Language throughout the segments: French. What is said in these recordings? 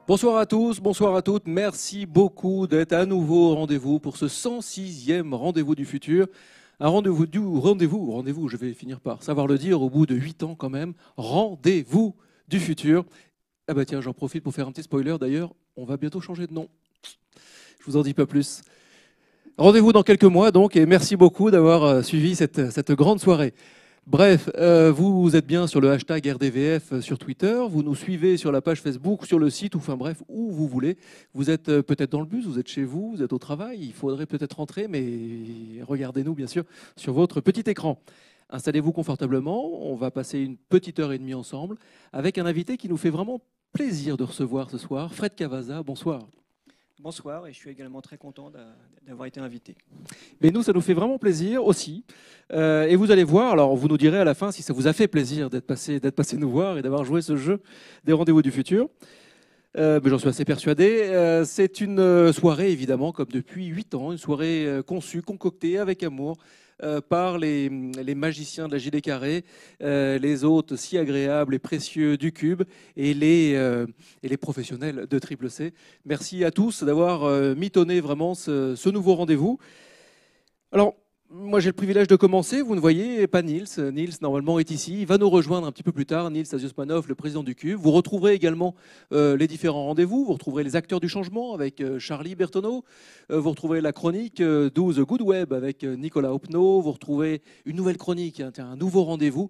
Bonsoir à tous, bonsoir à toutes. Merci beaucoup d'être à nouveau au rendez-vous pour ce 106e rendez-vous du futur. Un rendez-vous, je vais finir par savoir le dire au bout de 8 ans quand même. Rendez-vous du futur. Ah bah tiens, j'en profite pour faire un petit spoiler d'ailleurs. On va bientôt changer de nom. Je vous en dis pas plus. Rendez-vous dans quelques mois donc et merci beaucoup d'avoir suivi cette grande soirée. Bref, vous êtes bien sur le hashtag RDVF sur Twitter, vous nous suivez sur la page Facebook, sur le site, ou enfin bref, où vous voulez. Vous êtes peut-être dans le bus, vous êtes chez vous, vous êtes au travail, il faudrait peut-être rentrer, mais regardez-nous bien sûr sur votre petit écran. Installez-vous confortablement, on va passer une petite heure et demie ensemble avec un invité qui nous fait vraiment plaisir de recevoir ce soir, Fred Cavaza, bonsoir. Bonsoir, et je suis également très content d'avoir été invité. Mais nous, ça nous fait vraiment plaisir aussi. Et vous allez voir, alors vous nous direz à la fin si ça vous a fait plaisir d'être passé nous voir et d'avoir joué ce jeu des rendez-vous du futur. Mais j'en suis assez persuadé. C'est une soirée, évidemment, comme depuis 8 ans, une soirée conçue, concoctée avec amour par les magiciens de la JD Carré, les hôtes si agréables et précieux du Cube et les professionnels de Triple C. Merci à tous d'avoir mitonné vraiment ce nouveau rendez-vous. Alors, moi j'ai le privilège de commencer, vous ne voyez pas Niels. Niels normalement est ici, il va nous rejoindre un petit peu plus tard, Niels Aziosmanov, le président du Cube. Vous retrouverez également les différents rendez-vous, vous retrouverez les acteurs du changement avec Charlie Bertoneau, vous retrouverez la chronique Do the Good Web avec Nicolas Hopno, vous retrouvez une nouvelle chronique, hein, un nouveau rendez-vous.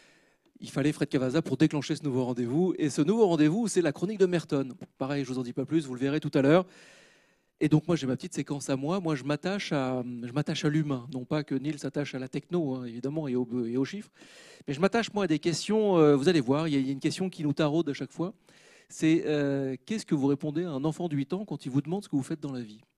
Il fallait Fred Cavaza pour déclencher ce nouveau rendez-vous. Et ce nouveau rendez-vous, c'est la chronique de Merton. Pareil, je ne vous en dis pas plus, vous le verrez tout à l'heure. Et donc moi j'ai ma petite séquence à moi. Moi je m'attache à l'humain, non pas que Neil s'attache à la techno hein, évidemment et aux chiffres, mais je m'attache moi à des questions. Vous allez voir, il y a une question qui nous taraude à chaque fois. C'est qu'est-ce que vous répondez à un enfant de 8 ans quand il vous demande ce que vous faites dans la vie?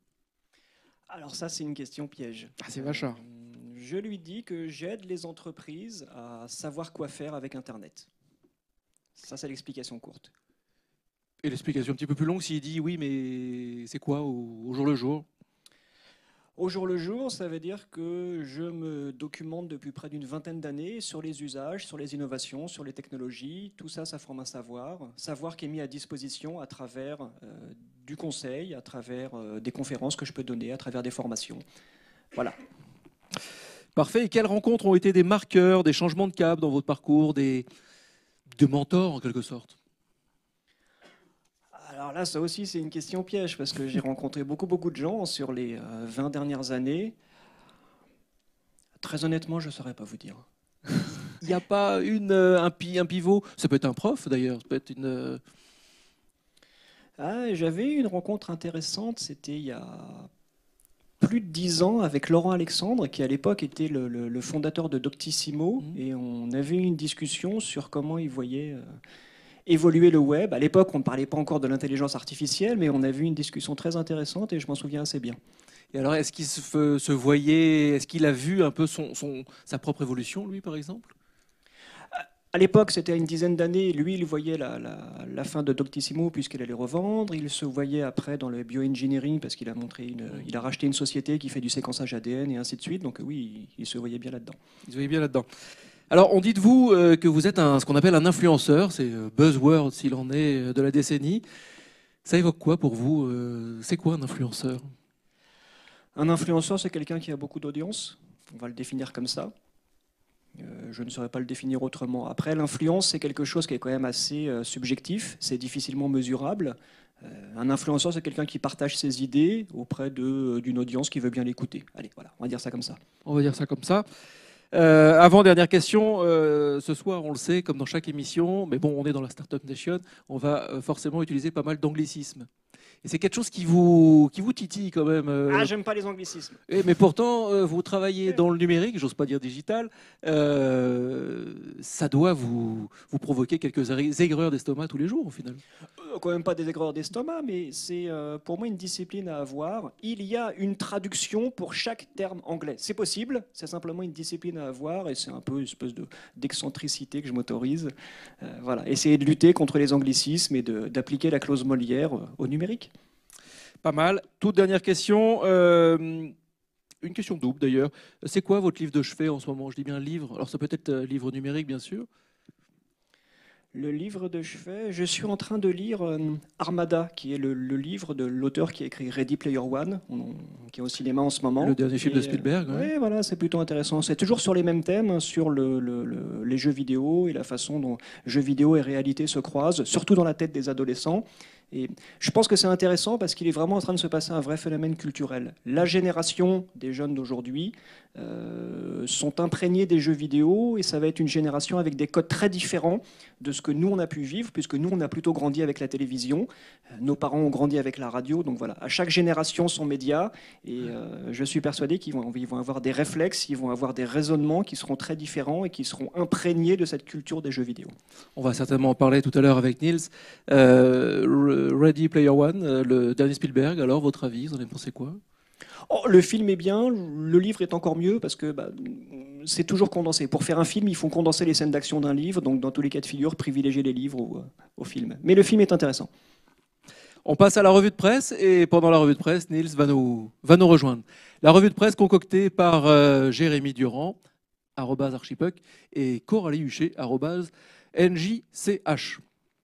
Alors ça, c'est une question piège. Ah, c'est vachard. Je lui dis que j'aide les entreprises à savoir quoi faire avec Internet. Ça, c'est l'explication courte. Et l'explication un petit peu plus longue s'il dit oui, mais c'est quoi au jour le jour? Au jour le jour, ça veut dire que je me documente depuis près d'une vingtaine d'années sur les usages, sur les innovations, sur les technologies. Tout ça, ça forme un savoir qui est mis à disposition à travers du conseil, à travers des conférences que je peux donner, à travers des formations. Voilà. Parfait. Et quelles rencontres ont été des marqueurs, des changements de cap dans votre parcours, des mentors en quelque sorte? Alors là, ça aussi, c'est une question piège parce que j'ai rencontré beaucoup de gens sur les 20 dernières années. Très honnêtement, je ne saurais pas vous dire. Il n'y a pas un pivot, ça peut être un prof d'ailleurs, ça peut être une... J'avais eu une rencontre intéressante, c'était il y a plus de 10 ans avec Laurent Alexandre, qui à l'époque était le fondateur de Doctissimo, et on avait eu une discussion sur comment il voyait évoluer le web. À l'époque, on ne parlait pas encore de l'intelligence artificielle, mais on a eu une discussion très intéressante et je m'en souviens assez bien. Et alors, est-ce qu'il se voyait, est-ce qu'il a vu un peu sa propre évolution, lui, par exemple? À l'époque, c'était à une dizaine d'années. Lui, il voyait la fin de Doctissimo puisqu'il allait revendre. Il se voyait après dans le bioengineering parce qu'il a il a racheté une société qui fait du séquençage ADN et ainsi de suite. Donc oui, il se voyait bien là-dedans. Il se voyait bien là-dedans. Alors, on dit de vous que vous êtes ce qu'on appelle un influenceur. C'est buzzword s'il en est de la décennie. Ça évoque quoi pour vous? C'est quoi un influenceur? Un influenceur, c'est quelqu'un qui a beaucoup d'audience. On va le définir comme ça. Je ne saurais pas le définir autrement. Après, l'influence, c'est quelque chose qui est quand même assez subjectif. C'est difficilement mesurable. Un influenceur, c'est quelqu'un qui partage ses idées auprès d'une audience qui veut bien l'écouter. Allez, voilà, on va dire ça comme ça. On va dire ça comme ça. Avant-dernière question, ce soir, on le sait, comme dans chaque émission, mais bon, on est dans la Startup Nation, on va forcément utiliser pas mal d'anglicismes. Et c'est quelque chose qui vous titille quand même. J'aime pas les anglicismes. Mais pourtant, vous travaillez dans le numérique, j'ose pas dire digital, ça doit vous provoquer quelques aigreurs d'estomac tous les jours, au final. Quand même pas des aigreurs d'estomac, mais c'est pour moi une discipline à avoir. Il y a une traduction pour chaque terme anglais. C'est possible, c'est simplement une discipline à avoir et c'est un peu une espèce d'excentricité que je m'autorise. Voilà, essayer de lutter contre les anglicismes et d'appliquer la clause Molière au numérique. Pas mal. Toute dernière question. Une question double d'ailleurs. C'est quoi votre livre de chevet en ce moment? Je dis bien livre. Alors ça peut être livre numérique bien sûr. Le livre de chevet, je suis en train de lire Armada, qui est le livre de l'auteur qui a écrit Ready Player One, qui est au cinéma en ce moment. Le dernier film de Spielberg. Oui, voilà, c'est plutôt intéressant. C'est toujours sur les mêmes thèmes, hein, sur les jeux vidéo et la façon dont jeux vidéo et réalité se croisent, surtout dans la tête des adolescents. Et je pense que c'est intéressant parce qu'il est vraiment en train de se passer un vrai phénomène culturel. La génération des jeunes d'aujourd'hui sont imprégnés des jeux vidéo et ça va être une génération avec des codes très différents de ce que nous on a pu vivre, puisque nous on a plutôt grandi avec la télévision, nos parents ont grandi avec la radio, donc voilà, à chaque génération son média et je suis persuadé qu'ils vont avoir des réflexes, ils vont avoir des raisonnements qui seront très différents et qui seront imprégnés de cette culture des jeux vidéo. On va certainement en parler tout à l'heure avec Niels. Ready Player One, le dernier Spielberg, alors votre avis, vous en avez pensé quoi? Le film est bien, le livre est encore mieux parce que c'est toujours condensé. Pour faire un film, il faut condenser les scènes d'action d'un livre, donc dans tous les cas de figure, privilégier les livres au film. Mais le film est intéressant. On passe à la revue de presse et pendant la revue de presse, Niels va nous rejoindre. La revue de presse concoctée par Jérémy Durand, @archipuck, et Coralie Huchet, @njch.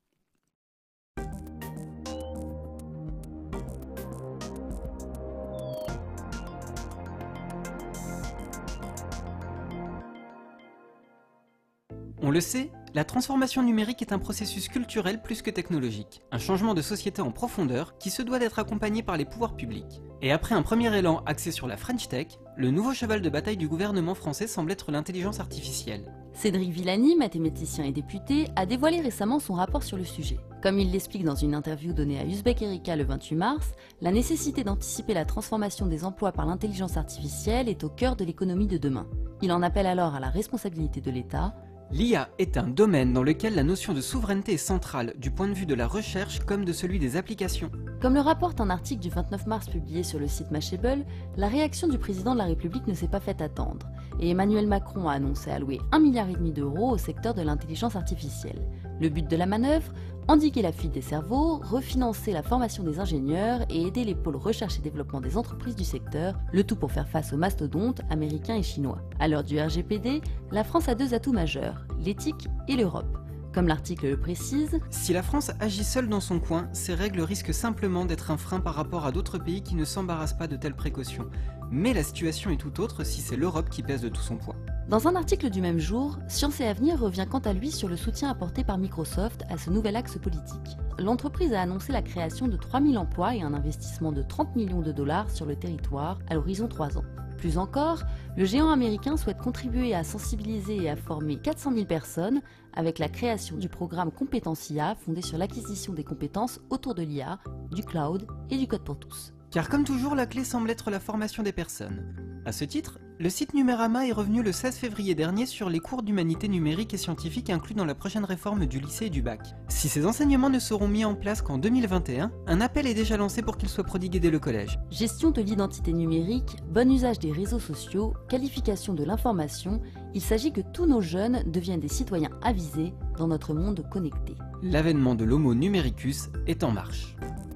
On le sait, la transformation numérique est un processus culturel plus que technologique, un changement de société en profondeur qui se doit d'être accompagné par les pouvoirs publics. Et après un premier élan axé sur la French Tech, le nouveau cheval de bataille du gouvernement français semble être l'intelligence artificielle. Cédric Villani, mathématicien et député, a dévoilé récemment son rapport sur le sujet. Comme il l'explique dans une interview donnée à Uzbek Erika le 28 mars, la nécessité d'anticiper la transformation des emplois par l'intelligence artificielle est au cœur de l'économie de demain. Il en appelle alors à la responsabilité de l'État. L'IA est un domaine dans lequel la notion de souveraineté est centrale, du point de vue de la recherche comme de celui des applications. Comme le rapporte un article du 29 mars publié sur le site Mashable, la réaction du président de la République ne s'est pas fait attendre, et Emmanuel Macron a annoncé allouer 1,5 milliard d'euros au secteur de l'intelligence artificielle. Le but de la manœuvre, endiguer la fuite des cerveaux, refinancer la formation des ingénieurs et aider les pôles recherche et développement des entreprises du secteur, le tout pour faire face aux mastodontes américains et chinois. À l'heure du RGPD, la France a 2 atouts majeurs, l'éthique et l'Europe. Comme l'article le précise, si la France agit seule dans son coin, ces règles risquent simplement d'être un frein par rapport à d'autres pays qui ne s'embarrassent pas de telles précautions. Mais la situation est tout autre si c'est l'Europe qui pèse de tout son poids. Dans un article du même jour, Science et Avenir revient quant à lui sur le soutien apporté par Microsoft à ce nouvel axe politique. L'entreprise a annoncé la création de 3000 emplois et un investissement de 30 millions de dollars sur le territoire à l'horizon 3 ans. Plus encore, le géant américain souhaite contribuer à sensibiliser et à former 400 000 personnes avec la création du programme Compétences IA fondé sur l'acquisition des compétences autour de l'IA, du cloud et du code pour tous. Car comme toujours, la clé semble être la formation des personnes. À ce titre, le site Numérama est revenu le 16 février dernier sur les cours d'humanité numérique et scientifique inclus dans la prochaine réforme du lycée et du bac. Si ces enseignements ne seront mis en place qu'en 2021, un appel est déjà lancé pour qu'ils soient prodigués dès le collège. Gestion de l'identité numérique, bon usage des réseaux sociaux, qualification de l'information, il s'agit que tous nos jeunes deviennent des citoyens avisés dans notre monde connecté. L'avènement de l'Homo numericus est en marche.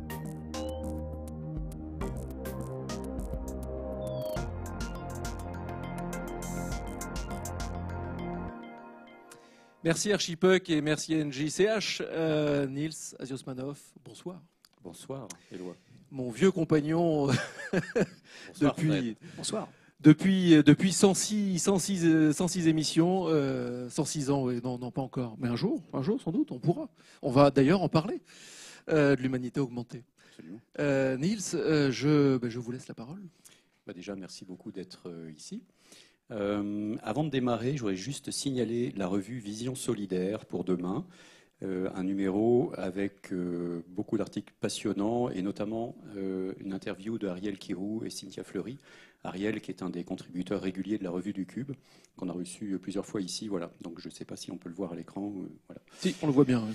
Merci Archipuck et merci NJCH. Niels Asiosmanov, bonsoir. Bonsoir, Éloi. Mon vieux compagnon Bonsoir. depuis 106 émissions, 106 ans, oui, non, pas encore, mais un jour sans doute, on pourra. On va d'ailleurs en parler de l'humanité augmentée. Absolument. Niels, je vous laisse la parole. Déjà, merci beaucoup d'être ici. Avant de démarrer, je voudrais juste signaler la revue Vision Solidaire pour demain, un numéro avec beaucoup d'articles passionnants et notamment une interview de Ariel Kirou et Cynthia Fleury. Ariel qui est un des contributeurs réguliers de la revue du Cube, qu'on a reçu plusieurs fois ici. Voilà. Donc je ne sais pas si on peut le voir à l'écran. Voilà. Si, on le voit bien.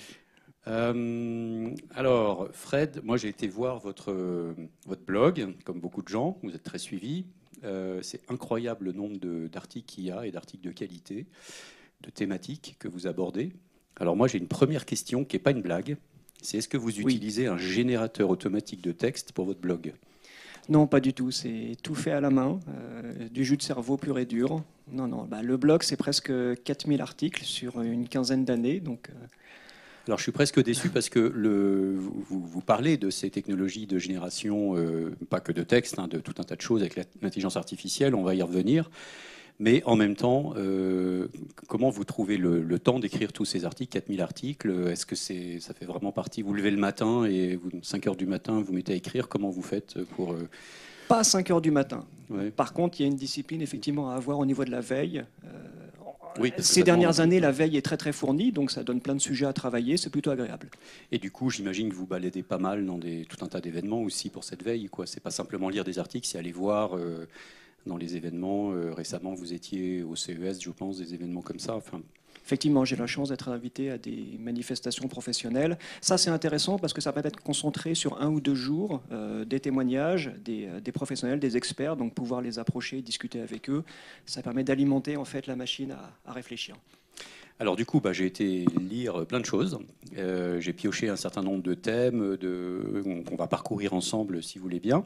Alors, Fred, moi j'ai été voir votre blog, comme beaucoup de gens, vous êtes très suivi. C'est incroyable le nombre d'articles qu'il y a et d'articles de qualité, de thématiques que vous abordez. Alors moi j'ai une première question qui n'est pas une blague, c'est est-ce que vous utilisez un générateur automatique de texte pour votre blog ? Non, pas du tout, c'est tout fait à la main, du jus de cerveau pur et dur. Non, le blog c'est presque 4000 articles sur une quinzaine d'années, donc Alors je suis presque déçu parce que vous parlez de ces technologies de génération, pas que de texte, hein, de tout un tas de choses avec l'intelligence artificielle, on va y revenir. Mais en même temps, comment vous trouvez le temps d'écrire tous ces articles, 4000 articles? Est-ce que ça fait vraiment partie? Vous levez le matin et 5 heures du matin, vous mettez à écrire. Comment vous faites pour... Pas à 5 heures du matin. Ouais. Par contre, il y a une discipline effectivement à avoir au niveau de la veille. Oui, Ces dernières années, la veille est très très fournie, donc ça donne plein de sujets à travailler, c'est plutôt agréable. Et du coup, j'imagine que vous baladez pas mal dans tout un tas d'événements aussi pour cette veille, quoi. C'est pas simplement lire des articles, c'est aller voir dans les événements. Récemment, vous étiez au CES, je pense, des événements comme ça. Enfin... Effectivement, j'ai la chance d'être invité à des manifestations professionnelles. Ça, c'est intéressant parce que ça permet d'être concentré sur 1 ou 2 jours, des témoignages, des professionnels, des experts, donc pouvoir les approcher, discuter avec eux. Ça permet d'alimenter en fait la machine à réfléchir. Alors du coup, j'ai été lire plein de choses. J'ai pioché un certain nombre de thèmes qu'on va parcourir ensemble, si vous voulez bien.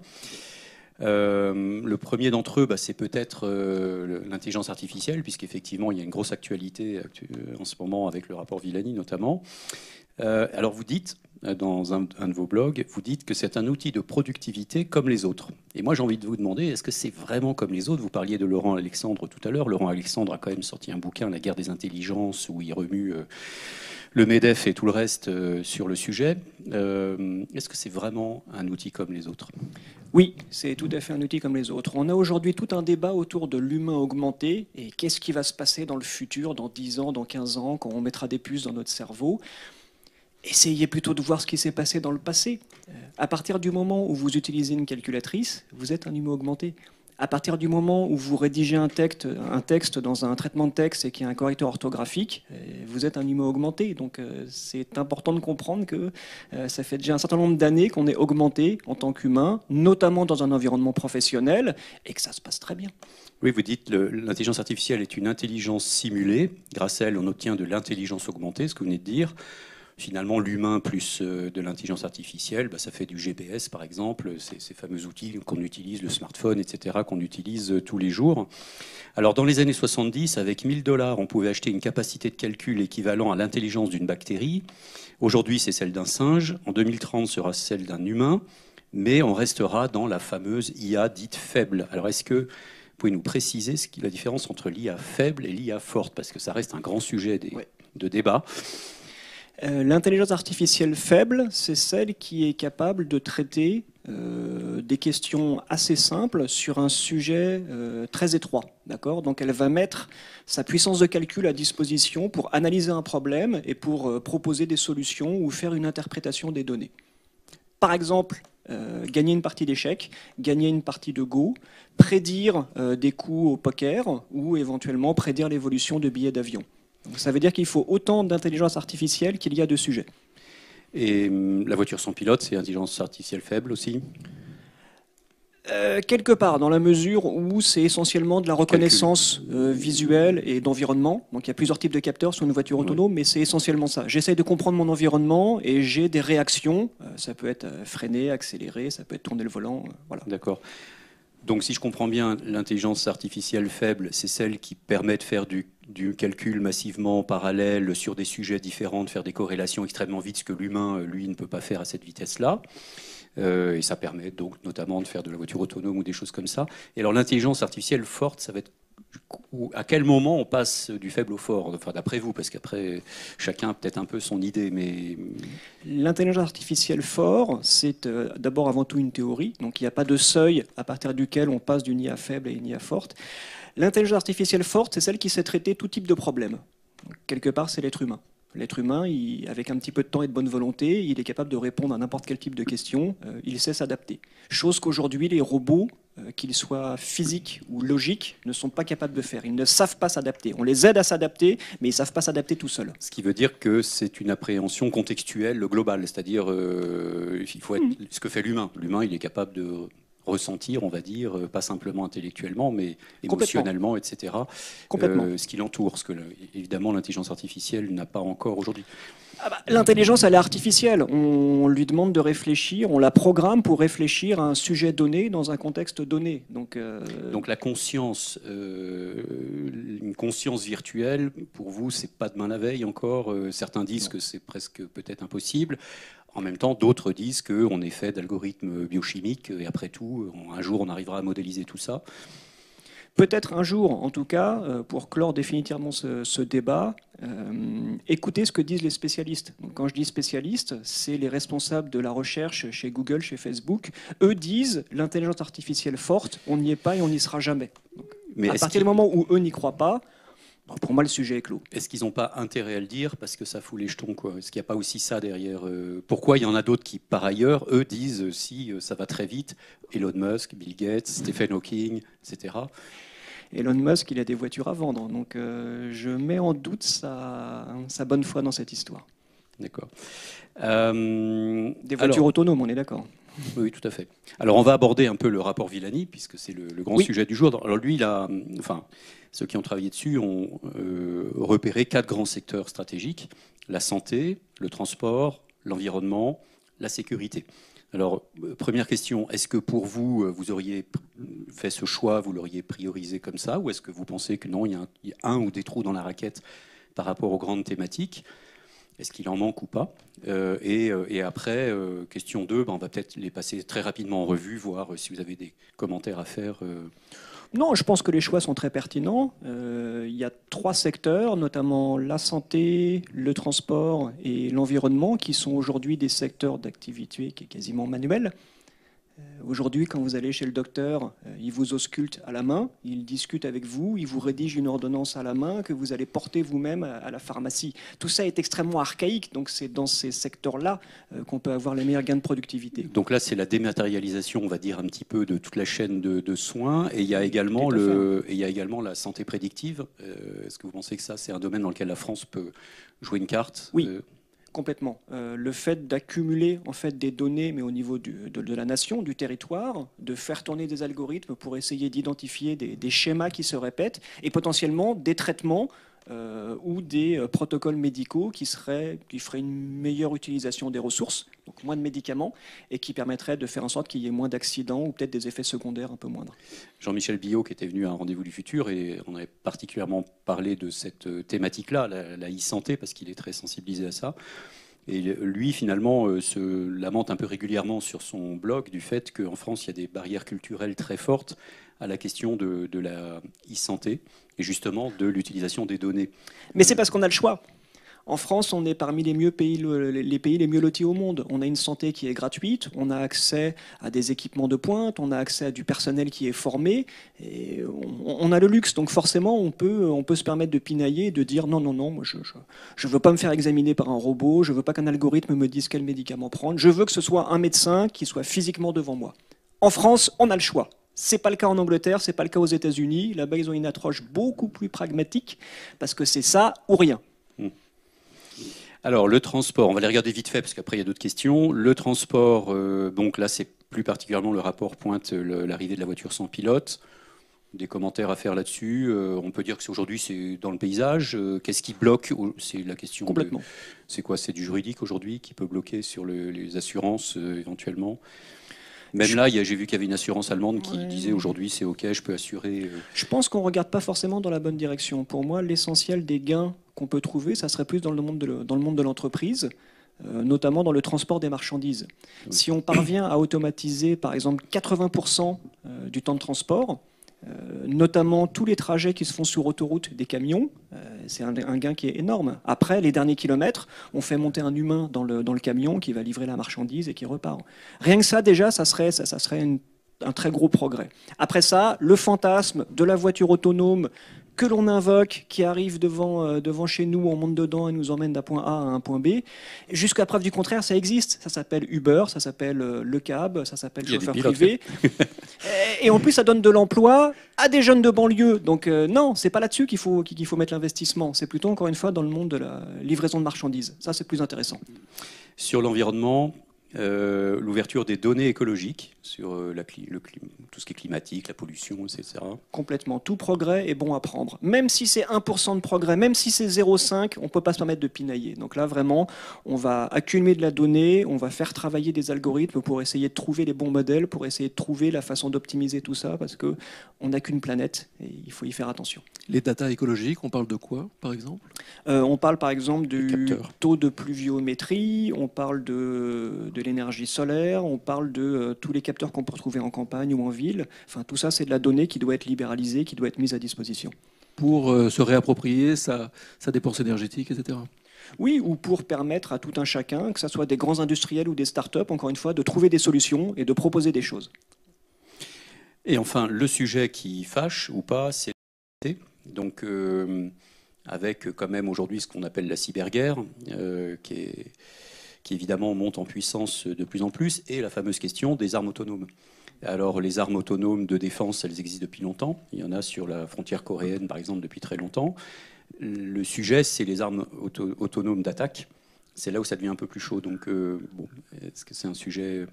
Le premier d'entre eux, c'est peut-être l'intelligence artificielle, puisqu'effectivement, il y a une grosse actualité en ce moment avec le rapport Villani notamment. Alors vous dites, dans un de vos blogs, vous dites que c'est un outil de productivité comme les autres. Et moi, j'ai envie de vous demander, est-ce que c'est vraiment comme les autres? Vous parliez de Laurent Alexandre tout à l'heure. Laurent Alexandre a quand même sorti un bouquin, La guerre des intelligences, où il remue le MEDEF et tout le reste sur le sujet. Est-ce que c'est vraiment un outil comme les autres? Oui, c'est tout à fait un outil comme les autres. On a aujourd'hui tout un débat autour de l'humain augmenté et qu'est-ce qui va se passer dans le futur, dans 10 ans, dans 15 ans, quand on mettra des puces dans notre cerveau. Essayez plutôt de voir ce qui s'est passé dans le passé. À partir du moment où vous utilisez une calculatrice, vous êtes un humain augmenté. À partir du moment où vous rédigez un texte dans un traitement de texte et qu'il y a un correcteur orthographique, vous êtes un humain augmenté. Donc c'est important de comprendre que ça fait déjà un certain nombre d'années qu'on est augmenté en tant qu'humain, notamment dans un environnement professionnel, et que ça se passe très bien. Oui, vous dites que l'intelligence artificielle est une intelligence simulée. Grâce à elle, on obtient de l'intelligence augmentée, ce que vous venez de dire. Finalement, l'humain plus de l'intelligence artificielle, ça fait du GPS, par exemple, ces fameux outils qu'on utilise, le smartphone, etc., qu'on utilise tous les jours. Alors, dans les années 70, avec 1 000 $, on pouvait acheter une capacité de calcul équivalent à l'intelligence d'une bactérie. Aujourd'hui, c'est celle d'un singe. En 2030, ce sera celle d'un humain. Mais on restera dans la fameuse IA dite faible. Alors, est-ce que vous pouvez nous préciser la différence entre l'IA faible et l'IA forte? Parce que ça reste un grand sujet de débat. L'intelligence artificielle faible, c'est celle qui est capable de traiter des questions assez simples sur un sujet très étroit. D'accord ? Donc elle va mettre sa puissance de calcul à disposition pour analyser un problème et pour proposer des solutions ou faire une interprétation des données. Par exemple, gagner une partie d'échecs, gagner une partie de Go, prédire des coups au poker ou éventuellement prédire l'évolution de billets d'avion. Donc ça veut dire qu'il faut autant d'intelligence artificielle qu'il y a de sujets. Et la voiture sans pilote, c'est intelligence artificielle faible aussi ? Quelque part, dans la mesure où c'est essentiellement de la reconnaissance visuelle et d'environnement. Donc il y a plusieurs types de capteurs sur une voiture autonome, mais c'est essentiellement ça. J'essaye de comprendre mon environnement et j'ai des réactions. Ça peut être freiner, accélérer, ça peut être tourner le volant. Voilà. D'accord. Donc si je comprends bien, l'intelligence artificielle faible, c'est celle qui permet de faire du calcul massivement parallèle sur des sujets différents, de faire des corrélations extrêmement vite, ce que l'humain, lui, ne peut pas faire à cette vitesse-là. Et ça permet donc notamment de faire de la voiture autonome ou des choses comme ça. Et alors l'intelligence artificielle forte, ça va être à quel moment on passe du faible au fort, enfin d'après vous, parce qu'après chacun a peut-être un peu son idée, mais l'intelligence artificielle forte, c'est d'abord avant tout une théorie. Donc il n'y a pas de seuil à partir duquel on passe d'une IA faible à une IA forte. L'intelligence artificielle forte, c'est celle qui sait traiter tout type de problème. Donc, quelque part, c'est l'être humain. L'être humain, avec un petit peu de temps et de bonne volonté, il est capable de répondre à n'importe quel type de question. Il sait s'adapter. Chose qu'aujourd'hui, les robots, qu'ils soient physiques ou logiques, ne sont pas capables de faire. Ils ne savent pas s'adapter. On les aide à s'adapter, mais ils ne savent pas s'adapter tout seuls. Ce qui veut dire que c'est une appréhension contextuelle globale, c'est-à-dire il faut être ce que fait l'humain. L'humain, il est capable de ressentir, on va dire, pas simplement intellectuellement, mais émotionnellement, etc. Complètement. Ce qui l'entoure, ce que évidemment l'intelligence artificielle n'a pas encore aujourd'hui. L'intelligence, elle est artificielle. On lui demande de réfléchir, on la programme pour réfléchir à un sujet donné dans un contexte donné. Donc la conscience, une conscience virtuelle, pour vous, c'est pas demain la veille encore. Certains disent que c'est presque peut-être impossible. En même temps, d'autres disent qu'on est fait d'algorithmes biochimiques et après tout, un jour, on arrivera à modéliser tout ça. Peut-être un jour, en tout cas, pour clore définitivement ce débat, écoutez ce que disent les spécialistes. Donc, quand je dis spécialistes, c'est les responsables de la recherche chez Google, chez Facebook. Eux disent l'intelligence artificielle forte, on n'y est pas et on n'y sera jamais. Donc, mais à partir du moment où eux n'y croient pas, pour moi, le sujet est clos. Est-ce qu'ils n'ont pas intérêt à le dire parce que ça fout les jetons, quoi? Est-ce qu'il n'y a pas aussi ça derrière? Pourquoi il y en a d'autres qui, par ailleurs, eux disent si ça va très vite, Elon Musk, Bill Gates, Stephen Hawking, etc. Elon Musk, il a des voitures à vendre, donc je mets en doute sa bonne foi dans cette histoire. D'accord. Des voitures autonomes, on est d'accord. Oui, tout à fait. Alors, on va aborder un peu le rapport Villani, puisque c'est le grand sujet du jour. Alors, lui, ceux qui ont travaillé dessus ont repéré 4 grands secteurs stratégiques: la santé, le transport, l'environnement, la sécurité. Alors, première question, est-ce que pour vous, vous auriez fait ce choix, vous l'auriez priorisé comme ça, ou est-ce que vous pensez que non, il y a un ou des trous dans la raquette par rapport aux grandes thématiques? Est-ce qu'il en manque ou pas? Et après, question 2, on va peut-être les passer très rapidement en revue, voir si vous avez des commentaires à faire. Non, je pense que les choix sont très pertinents. Il y a 3 secteurs, notamment la santé, le transport et l'environnement, qui sont aujourd'hui des secteurs d'activité qui est quasiment manuel. Aujourd'hui, quand vous allez chez le docteur, il vous ausculte à la main, il discute avec vous, il vous rédige une ordonnance à la main que vous allez porter vous-même à la pharmacie. Tout ça est extrêmement archaïque, donc c'est dans ces secteurs-là qu'on peut avoir les meilleurs gains de productivité. Donc là, c'est la dématérialisation, on va dire, un petit peu de toute la chaîne de soins, et il y a également, la santé prédictive. Est-ce que vous pensez que ça, c'est un domaine dans lequel la France peut jouer une carte? Oui. Complètement. Le fait d'accumuler en fait des données, mais au niveau de la nation, du territoire, de faire tourner des algorithmes pour essayer d'identifier des schémas qui se répètent et potentiellement des traitements ou des protocoles médicaux qui feraient une meilleure utilisation des ressources, donc moins de médicaments, et qui permettraient de faire en sorte qu'il y ait moins d'accidents ou peut-être des effets secondaires un peu moindres. Jean-Michel Billot, qui était venu à un rendez-vous du futur, et on avait particulièrement parlé de cette thématique-là, la e-santé, parce qu'il est très sensibilisé à ça. Et lui, finalement, se lamente un peu régulièrement sur son blog du fait qu'en France, il y a des barrières culturelles très fortes à la question de la e-santé et justement de l'utilisation des données. Mais c'est parce qu'on a le choix. En France, on est parmi les pays les mieux lotis au monde. On a une santé qui est gratuite, on a accès à des équipements de pointe, on a accès à du personnel qui est formé, et on a le luxe. Donc forcément, on peut se permettre de pinailler et de dire non, moi, je ne veux pas me faire examiner par un robot, je ne veux pas qu'un algorithme me dise quel médicament prendre, je veux que ce soit un médecin qui soit physiquement devant moi. En France, on a le choix. C'est pas le cas en Angleterre, c'est pas le cas aux États-Unis. Là-bas, ils ont une approche beaucoup plus pragmatique parce que c'est ça ou rien. Alors, le transport, on va les regarder vite fait, parce qu'après, il y a d'autres questions. Le transport, donc là, c'est plus particulièrement le rapport pointe l'arrivée de la voiture sans pilote. Des commentaires à faire là-dessus. On peut dire que aujourd'hui, c'est dans le paysage. Qu'est-ce qui bloque? C'est la question. Complètement. C'est quoi? C'est du juridique aujourd'hui qui peut bloquer sur les assurances éventuellement? Même là, j'ai vu qu'il y avait une assurance allemande qui disait aujourd'hui c'est OK, je peux assurer. Je pense qu'on ne regarde pas forcément dans la bonne direction. Pour moi, l'essentiel des gains qu'on peut trouver, ça serait plus dans le monde de l'entreprise, notamment dans le transport des marchandises. Oui. Si on parvient à automatiser, par exemple, 80% du temps de transport, notamment tous les trajets qui se font sur autoroute des camions, c'est un gain qui est énorme. Après, les derniers kilomètres, on fait monter un humain dans le camion qui va livrer la marchandise et qui repart. Rien que ça, déjà, ça serait un très gros progrès. Après ça, le fantasme de la voiture autonome que l'on invoque, qui arrive devant chez nous, on monte dedans et nous emmène d'un point A à un point B. Jusqu'à preuve du contraire, ça existe. Ça s'appelle Uber, ça s'appelle le cab, ça s'appelle chauffeur privé. Et en plus, ça donne de l'emploi à des jeunes de banlieue. Donc non, c'est pas là-dessus qu'il faut mettre l'investissement. C'est plutôt, encore une fois, dans le monde de la livraison de marchandises. Ça, c'est plus intéressant. Sur l'environnement, l'ouverture des données écologiques sur tout ce qui est climatique, la pollution, etc. Complètement. Tout progrès est bon à prendre. Même si c'est 1% de progrès, même si c'est 0,5, on ne peut pas se permettre de pinailler. Donc là, vraiment, on va accumuler de la donnée, on va faire travailler des algorithmes pour essayer de trouver les bons modèles, pour essayer de trouver la façon d'optimiser tout ça, parce qu'on n'a qu'une planète et il faut y faire attention. Les data écologiques, on parle de quoi, par exemple ? On parle par exemple du taux de pluviométrie, on parle de l'énergie solaire, on parle de tous les capteurs qu'on peut retrouver en campagne ou en ville. Enfin, tout ça, c'est de la donnée qui doit être libéralisée, qui doit être mise à disposition. Pour se réapproprier sa dépense énergétique, etc. Oui, ou pour permettre à tout un chacun, que ce soit des grands industriels ou des startups, encore une fois, de trouver des solutions et de proposer des choses. Et enfin, le sujet qui fâche ou pas, c'est la sécurité. Donc, avec quand même aujourd'hui ce qu'on appelle la cyberguerre, qui évidemment monte en puissance de plus en plus, et la fameuse question des armes autonomes. Alors, les armes autonomes de défense, elles existent depuis longtemps. Il y en a sur la frontière coréenne, par exemple, depuis très longtemps. Le sujet, c'est les armes autonomes d'attaque. C'est là où ça devient un peu plus chaud. Donc, bon, est-ce que c'est un sujet...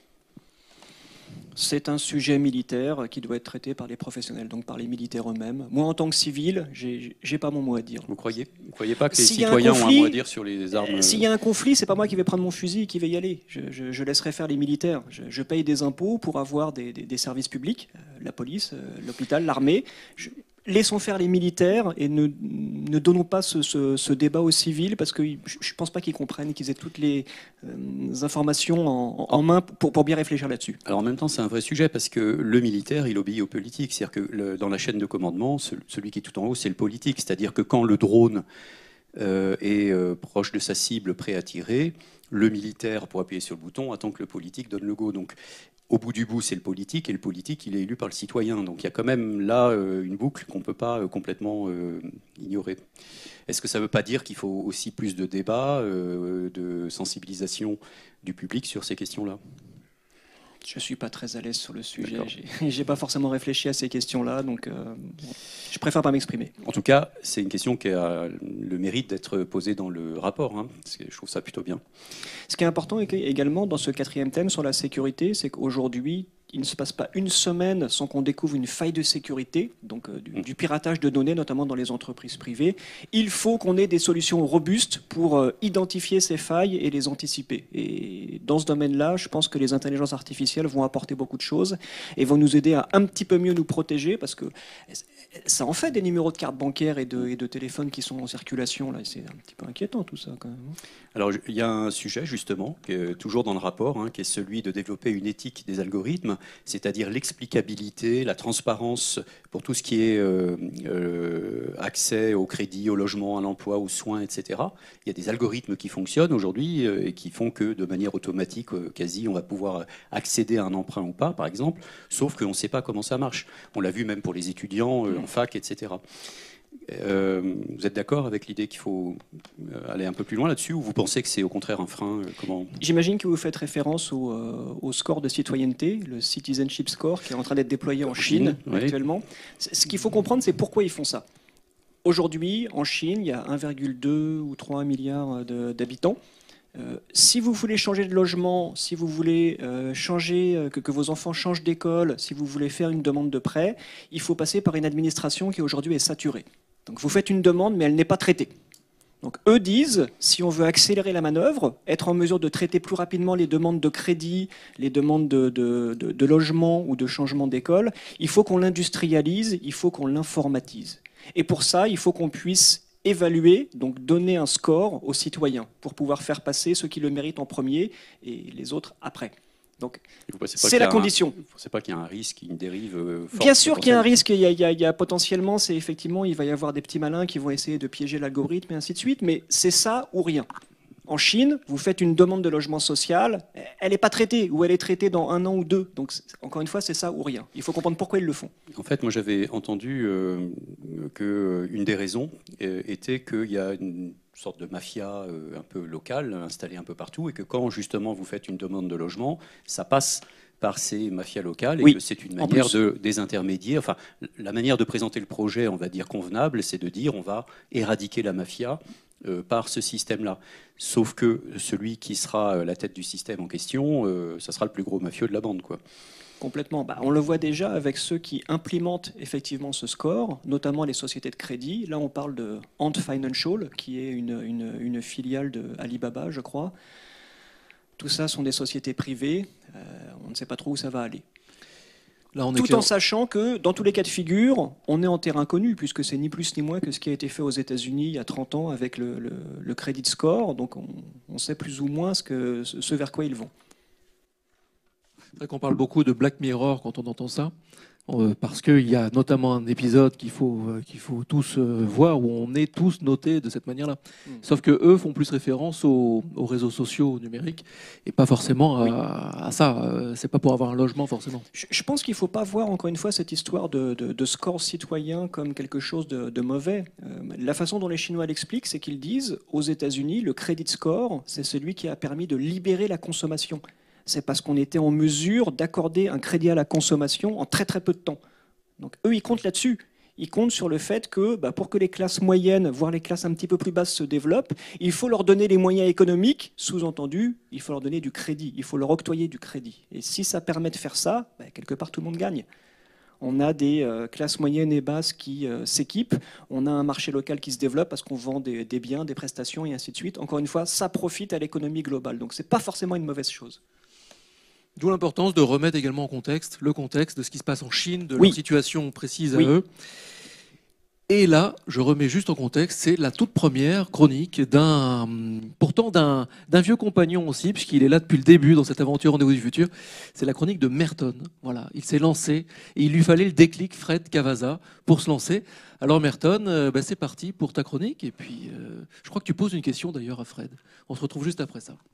C'est un sujet militaire qui doit être traité par les professionnels, donc par les militaires eux-mêmes. Moi, en tant que civil, j'ai pas mon mot à dire. Vous croyez pas que les citoyens ont un mot à dire sur les armes? S'il y a un conflit, c'est pas moi qui vais prendre mon fusil et qui vais y aller. Je laisserai faire les militaires. Je paye des impôts pour avoir des services publics, la police, l'hôpital, l'armée. Laissons faire les militaires et ne donnons pas ce débat aux civils, parce que je ne pense pas qu'ils comprennent, qu'ils aient toutes les informations en main pour bien réfléchir là-dessus. Alors en même temps, c'est un vrai sujet, parce que le militaire, il obéit au politique. C'est-à-dire que dans la chaîne de commandement, celui qui est tout en haut, c'est le politique. C'est-à-dire que quand le drone est proche de sa cible, prêt à tirer, le militaire, pour appuyer sur le bouton, attend que le politique donne le go. Donc, au bout du bout, c'est le politique, et le politique, il est élu par le citoyen. Donc il y a quand même là une boucle qu'on ne peut pas complètement ignorer. Est-ce que ça ne veut pas dire qu'il faut aussi plus de débats, de sensibilisation du public sur ces questions-là ? Je ne suis pas très à l'aise sur le sujet. Je n'ai pas forcément réfléchi à ces questions-là, donc je préfère pas m'exprimer. En tout cas, c'est une question qui a le mérite d'être posée dans le rapport. Hein, parce que je trouve ça plutôt bien. Ce qui est important également dans ce 4e thème sur la sécurité, c'est qu'aujourd'hui, il ne se passe pas une semaine sans qu'on découvre une faille de sécurité, donc du piratage de données, notamment dans les entreprises privées. Il faut qu'on ait des solutions robustes pour identifier ces failles et les anticiper. Et dans ce domaine-là, je pense que les intelligences artificielles vont apporter beaucoup de choses et vont nous aider à un petit peu mieux nous protéger, parce que ça en fait des numéros de carte bancaire et de téléphone qui sont en circulation. Là, c'est un petit peu inquiétant tout ça quand même. Alors il y a un sujet justement, toujours dans le rapport, qui est celui de développer une éthique des algorithmes, c'est-à-dire l'explicabilité, la transparence pour tout ce qui est accès au crédit, au logement, à l'emploi, aux soins, etc. Il y a des algorithmes qui fonctionnent aujourd'hui et qui font que de manière automatique, quasi, on va pouvoir accéder à un emprunt ou pas, par exemple, sauf qu'on ne sait pas comment ça marche. On l'a vu même pour les étudiants en fac, etc. Vous êtes d'accord avec l'idée qu'il faut aller un peu plus loin là-dessus, ou vous pensez que c'est au contraire un frein? J'imagine que vous faites référence au score de citoyenneté, le Citizenship Score, qui est en train d'être déployé en Chine actuellement. Ce qu'il faut comprendre, c'est pourquoi ils font ça. Aujourd'hui, en Chine, il y a 1,2 ou 3 milliards d'habitants. Si vous voulez changer de logement, si vous voulez que vos enfants changent d'école, si vous voulez faire une demande de prêt, il faut passer par une administration qui aujourd'hui est saturée. Donc vous faites une demande, mais elle n'est pas traitée. Donc eux disent, si on veut accélérer la manœuvre, être en mesure de traiter plus rapidement les demandes de crédit, les demandes de logement ou de changement d'école, il faut qu'on l'industrialise, il faut qu'on l'informatise. Et pour ça, il faut qu'on puisse évaluer, donc donner un score aux citoyens pour pouvoir faire passer ceux qui le méritent en premier et les autres après. Donc, c'est la condition. Vous ne pensez pas qu'il y a un risque, une dérive forte? Bien sûr qu'il y a un risque. Il y a potentiellement, c'est effectivement, il va y avoir des petits malins qui vont essayer de piéger l'algorithme et ainsi de suite, mais c'est ça ou rien. En Chine, vous faitt une demande de logement social, elle n'est pas traitée, ou elle est traitée dans 1 an ou 2. Donc, encore une fois, c'est ça ou rien. Il faut comprendre pourquoi ils le font. En fait, moi, j'avais entendu qu'une des raisons était qu'il y a une sorte de mafia un peu locale, installée un peu partout, et que quand, justement, vous faites une demande de logement, ça passe par ces mafias locales, et que c'est une manière de désintermédier. Enfin, la manière de présenter le projet, on va dire convenable, c'est de dire on va éradiquer la mafia par ce système-là. Sauf que celui qui sera la tête du système en question, ça sera le plus gros mafieux de la bande, quoi. Complètement. On le voit déjà avec ceux qui implémentent effectivement ce score, notamment les sociétés de crédit. Là, on parle de Ant Financial, qui est une filiale de Alibaba, je crois. Tout ça sont des sociétés privées. On ne sait pas trop où ça va aller. Là, tout en sachant que, dans tous les cas de figure, on est en terrain connu, puisque c'est ni plus ni moins que ce qui a été fait aux États-Unis il y a 30 ans avec le credit score. Donc on sait plus ou moins ce vers quoi ils vont. C'est vrai qu'on parle beaucoup de Black Mirror quand on entend ça, parce qu'il y a notamment un épisode qu'il faut tous voir, où on est tous notés de cette manière-là. Sauf que eux font plus référence aux réseaux sociaux numériques et pas forcément à ça. C'est pas pour avoir un logement forcément. Je pense qu'il ne faut pas voir encore une fois cette histoire de score citoyen comme quelque chose de mauvais. La façon dont les Chinois l'expliquent, c'est qu'ils disent aux États-Unis, le credit score, c'est celui qui a permis de libérer la consommation. C'est parce qu'on était en mesure d'accorder un crédit à la consommation en très très peu de temps. Donc eux, ils comptent là-dessus. Ils comptent sur le fait que pour que les classes moyennes, voire les classes un petit peu plus basses se développent, il faut leur donner les moyens économiques, sous-entendu, il faut leur donner du crédit, il faut leur octroyer du crédit. Et si ça permet de faire ça, quelque part tout le monde gagne. On a des classes moyennes et basses qui s'équipent, on a un marché local qui se développe parce qu'on vend des biens, des prestations et ainsi de suite. Encore une fois, ça profite à l'économie globale. Donc ce n'est pas forcément une mauvaise chose. D'où l'importance de remettre également en contexte le contexte de ce qui se passe en Chine, de leur situation précise à eux. Et là, je remets juste en contexte, c'est la toute première chronique d'un vieux compagnon aussi, puisqu'il est là depuis le début dans cette aventure Rendez-vous du futur. C'est la chronique de Merton. Voilà, il s'est lancé et il lui fallait le déclic Fred Cavazza pour se lancer. Alors Merton, c'est parti pour ta chronique. Et puis, je crois que tu poses une question d'ailleurs à Fred. On se retrouve juste après ça.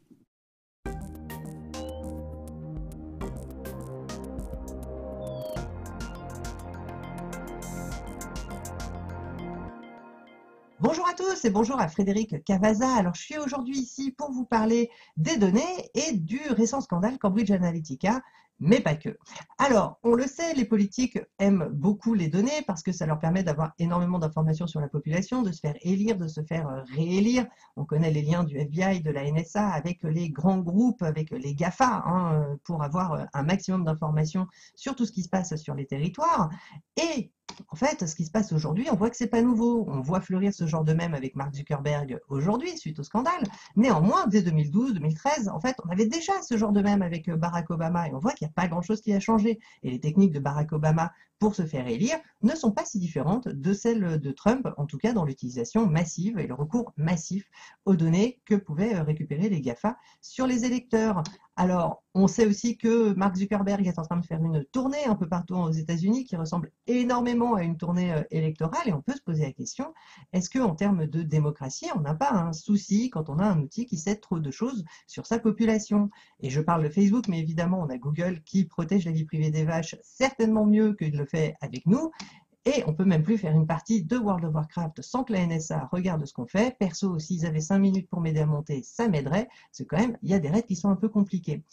Bonjour à tous et bonjour à Frédéric Cavazza. Alors, je suis aujourd'hui ici pour vous parler des données et du récent scandale Cambridge Analytica, mais pas que. Alors, on le sait, les politiques aiment beaucoup les données parce que ça leur permet d'avoir énormément d'informations sur la population, de se faire élire, de se faire réélire. On connaît les liens du FBI, de la NSA avec les grands groupes, avec les GAFA, pour avoir un maximum d'informations sur tout ce qui se passe sur les territoires. Et en fait, ce qui se passe aujourd'hui, on voit que c'est pas nouveau. On voit fleurir ce genre de mème avec Mark Zuckerberg aujourd'hui, suite au scandale. Néanmoins, dès 2012-2013, en fait, on avait déjà ce genre de mème avec Barack Obama et on voit qu'il n'y a pas grand-chose qui a changé. Et les techniques de Barack Obama pour se faire élire ne sont pas si différentes de celles de Trump, en tout cas dans l'utilisation massive et le recours massif aux données que pouvaient récupérer les GAFA sur les électeurs. Alors, on sait aussi que Mark Zuckerberg est en train de faire une tournée un peu partout aux États-Unis qui ressemble énormément à une tournée électorale et on peut se poser la question, est-ce qu'en termes de démocratie, on n'a pas un souci quand on a un outil qui sait trop de choses sur sa population? Et je parle de Facebook, mais évidemment, on a Google qui protège la vie privée des vaches certainement mieux qu'il le fait avec nous. Et on peut même plus faire une partie de World of Warcraft sans que la NSA regarde ce qu'on fait. Perso, s'ils avaient 5 minutes pour m'aider à monter, ça m'aiderait. C'est quand même, il y a des raids qui sont un peu compliqués.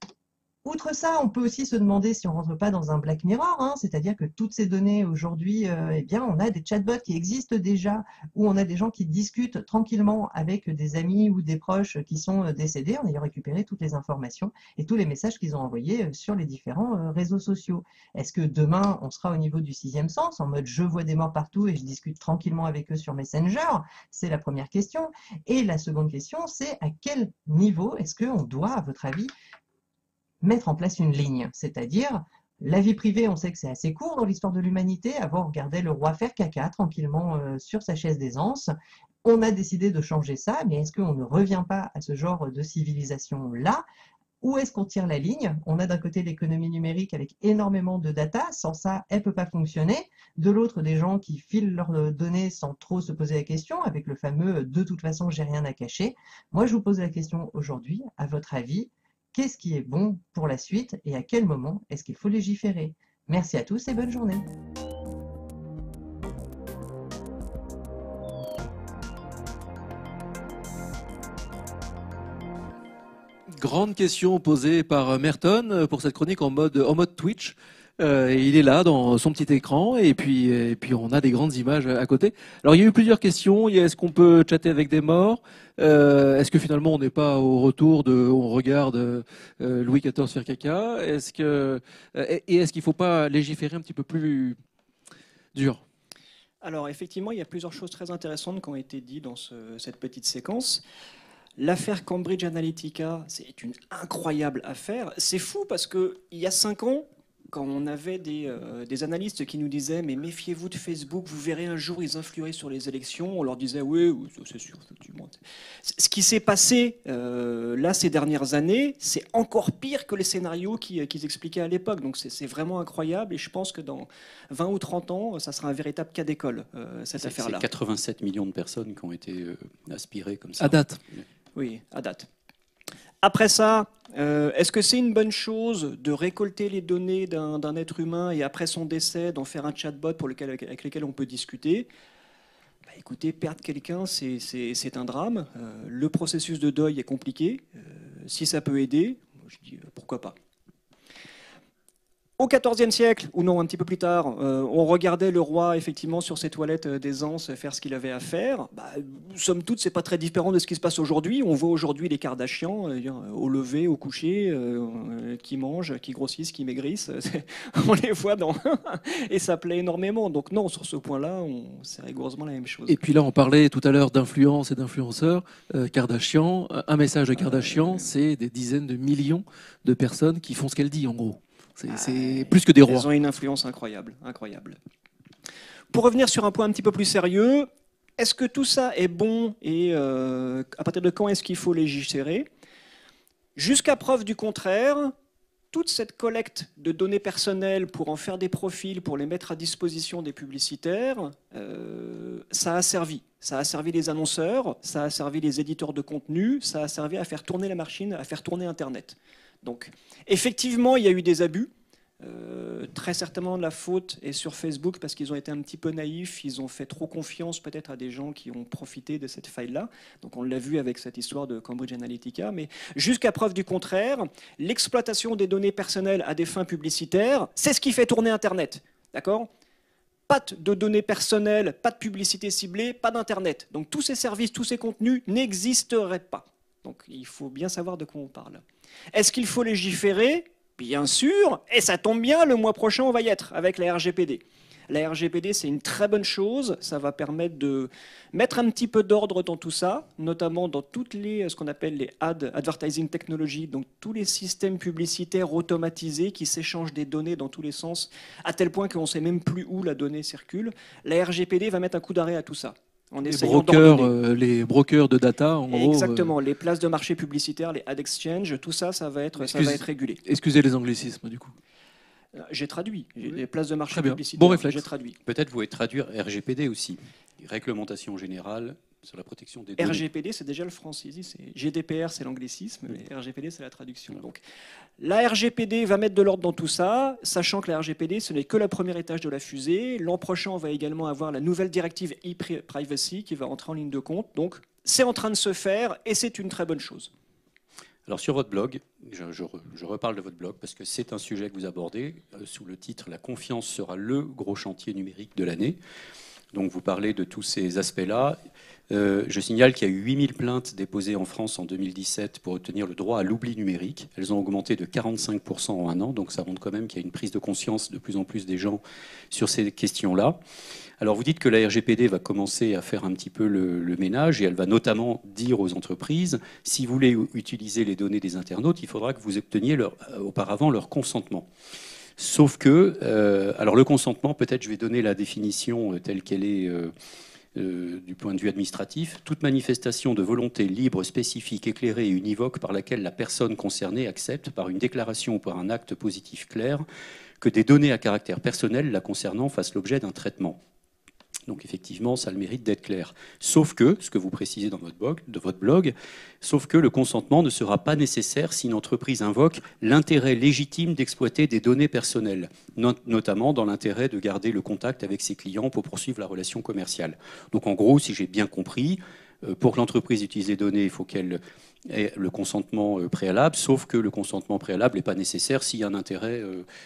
Outre ça, on peut aussi se demander si on rentre pas dans un Black Mirror, c'est-à-dire que toutes ces données aujourd'hui, on a des chatbots qui existent déjà, où on a des gens qui discutent tranquillement avec des amis ou des proches qui sont décédés en ayant récupéré toutes les informations et tous les messages qu'ils ont envoyés sur les différents réseaux sociaux. Est-ce que demain, on sera au niveau du 6e sens, en mode je vois des morts partout et je discute tranquillement avec eux sur Messenger? C'est la première question. Et la seconde question, c'est à quel niveau est-ce qu'on doit, à votre avis, mettre en place une ligne, c'est-à-dire la vie privée, on sait que c'est assez court dans l'histoire de l'humanité. Avant, on regardait le roi faire caca tranquillement sur sa chaise d'aisance. On a décidé de changer ça, mais est-ce qu'on ne revient pas à ce genre de civilisation-là? Où est-ce qu'on tire la ligne? On a d'un côté l'économie numérique avec énormément de data, sans ça, elle ne peut pas fonctionner. De l'autre, des gens qui filent leurs données sans trop se poser la question, avec le fameux « de toute façon, j'ai rien à cacher ». Moi, je vous pose la question aujourd'hui, à votre avis, qu'est-ce qui est bon pour la suite et à quel moment est-ce qu'il faut légiférer? Merci à tous et bonne journée. Grande question posée par Merton pour cette chronique en mode Twitch. Et il est là dans son petit écran et puis on a des grandes images à côté. Alors il y a eu plusieurs questions. Est-ce qu'on peut chatter avec des morts? Est-ce que finalement on n'est pas au retour de on regarde Louis XIV faire caca? Est-ce qu'il ne faut pas légiférer un petit peu plus dur? Alors effectivement, il y a plusieurs choses très intéressantes qui ont été dites dans cette petite séquence. L'affaire Cambridge Analytica, c'est une incroyable affaire. C'est fou parce qu'il y a 5 ans, quand on avait des analystes qui nous disaient « mais méfiez-vous de Facebook, vous verrez un jour ils influeraient sur les élections », on leur disait « oui, c'est sûr, effectivement ». Ce qui s'est passé là ces dernières années, c'est encore pire que les scénarios qu'ils expliquaient à l'époque. Donc c'est vraiment incroyable et je pense que dans 20 ou 30 ans, ça sera un véritable cas d'école, cette affaire-là. C'est 87 millions de personnes qui ont été aspirées comme ça. À date. Oui, à date. Après ça, est-ce que c'est une bonne chose de récolter les données d'un être humain et après son décès, d'en faire un chatbot avec lequel on peut discuter? Écoutez, perdre quelqu'un, c'est un drame. Le processus de deuil est compliqué. Si ça peut aider, je dis pourquoi pas. Au XIVe siècle, ou non, un petit peu plus tard, on regardait le roi effectivement sur ses toilettes d'aisance faire ce qu'il avait à faire. Somme toute, c'est pas très différent de ce qui se passe aujourd'hui. On voit aujourd'hui les Kardashians au lever, au coucher, qui mangent, qui grossissent, qui maigrissent. On les voit et ça plaît énormément. Donc non, sur ce point-là, c'est rigoureusement la même chose. Et puis là, on parlait tout à l'heure d'influence et d'influenceurs. Kardashian, un message de Kardashian, c'est des dizaines de millions de personnes qui font ce qu'elle dit, en gros. C'est plus que des rois. Ils ont une influence incroyable, incroyable. Pour revenir sur un point un petit peu plus sérieux, est-ce que tout ça est bon et à partir de quand est-ce qu'il faut légiférer? Jusqu'à preuve du contraire, toute cette collecte de données personnelles pour en faire des profils, pour les mettre à disposition des publicitaires, ça a servi. Ça a servi les annonceurs, ça a servi les éditeurs de contenu, ça a servi à faire tourner la machine, à faire tourner Internet. Donc, effectivement, il y a eu des abus. Très certainement, la faute est sur Facebook parce qu'ils ont été un petit peu naïfs. Ils ont fait trop confiance peut-être à des gens qui ont profité de cette faille-là. Donc, on l'a vu avec cette histoire de Cambridge Analytica. Mais jusqu'à preuve du contraire, l'exploitation des données personnelles à des fins publicitaires, c'est ce qui fait tourner Internet. D'accord ? Pas de données personnelles, pas de publicité ciblée, pas d'Internet. Donc, tous ces services, tous ces contenus n'existeraient pas. Donc, il faut bien savoir de quoi on parle. Est-ce qu'il faut légiférer? Bien sûr, et ça tombe bien, le mois prochain, on va y être avec la RGPD. La RGPD, c'est une très bonne chose, ça va permettre de mettre un petit peu d'ordre dans tout ça, notamment dans toutes ce qu'on appelle les advertising technologies, donc tous les systèmes publicitaires automatisés qui s'échangent des données dans tous les sens, à tel point qu'on ne sait même plus où la donnée circule. La RGPD va mettre un coup d'arrêt à tout ça. Les brokers de data, en gros. Exactement, les places de marché publicitaires, les ad exchange, tout ça, ça va être régulé. Excusez les anglicismes, du coup. J'ai traduit. Les places de marché publicitaires. Bon réflexe. J'ai traduit. Peut-être vous pouvez traduire RGPD aussi, Réglementation générale sur la protection des données. RGPD, c'est déjà le francisme. GDPR, c'est l'anglicisme, mais RGPD, c'est la traduction. Donc, la RGPD va mettre de l'ordre dans tout ça, sachant que la RGPD, ce n'est que le premier étage de la fusée. L'an prochain, on va également avoir la nouvelle directive e-privacy qui va entrer en ligne de compte. Donc, c'est en train de se faire et c'est une très bonne chose. Alors sur votre blog, je reparle de votre blog parce que c'est un sujet que vous abordez sous le titre « La confiance sera le gros chantier numérique de l'année ». Donc vous parlez de tous ces aspects-là. Je signale qu'il y a eu 8000 plaintes déposées en France en 2017 pour obtenir le droit à l'oubli numérique. Elles ont augmenté de 45% en un an, donc ça montre quand même qu'il y a une prise de conscience de plus en plus des gens sur ces questions-là. Alors vous dites que la RGPD va commencer à faire un petit peu le ménage et elle va notamment dire aux entreprises, si vous voulez utiliser les données des internautes, il faudra que vous obteniez auparavant leur consentement. Sauf que, alors le consentement, peut-être je vais donner la définition telle qu'elle est du point de vue administratif, toute manifestation de volonté libre, spécifique, éclairée et univoque par laquelle la personne concernée accepte, par une déclaration ou par un acte positif clair, que des données à caractère personnel la concernant fassent l'objet d'un traitement. Donc effectivement, ça a le mérite d'être clair. Sauf que, ce que vous précisez dans votre blog, sauf que le consentement ne sera pas nécessaire si une entreprise invoque l'intérêt légitime d'exploiter des données personnelles, notamment dans l'intérêt de garder le contact avec ses clients pour poursuivre la relation commerciale. Donc en gros, si j'ai bien compris, pour que l'entreprise utilise les données, il faut qu'elle ait le consentement préalable, sauf que le consentement préalable n'est pas nécessaire s'il y a un intérêt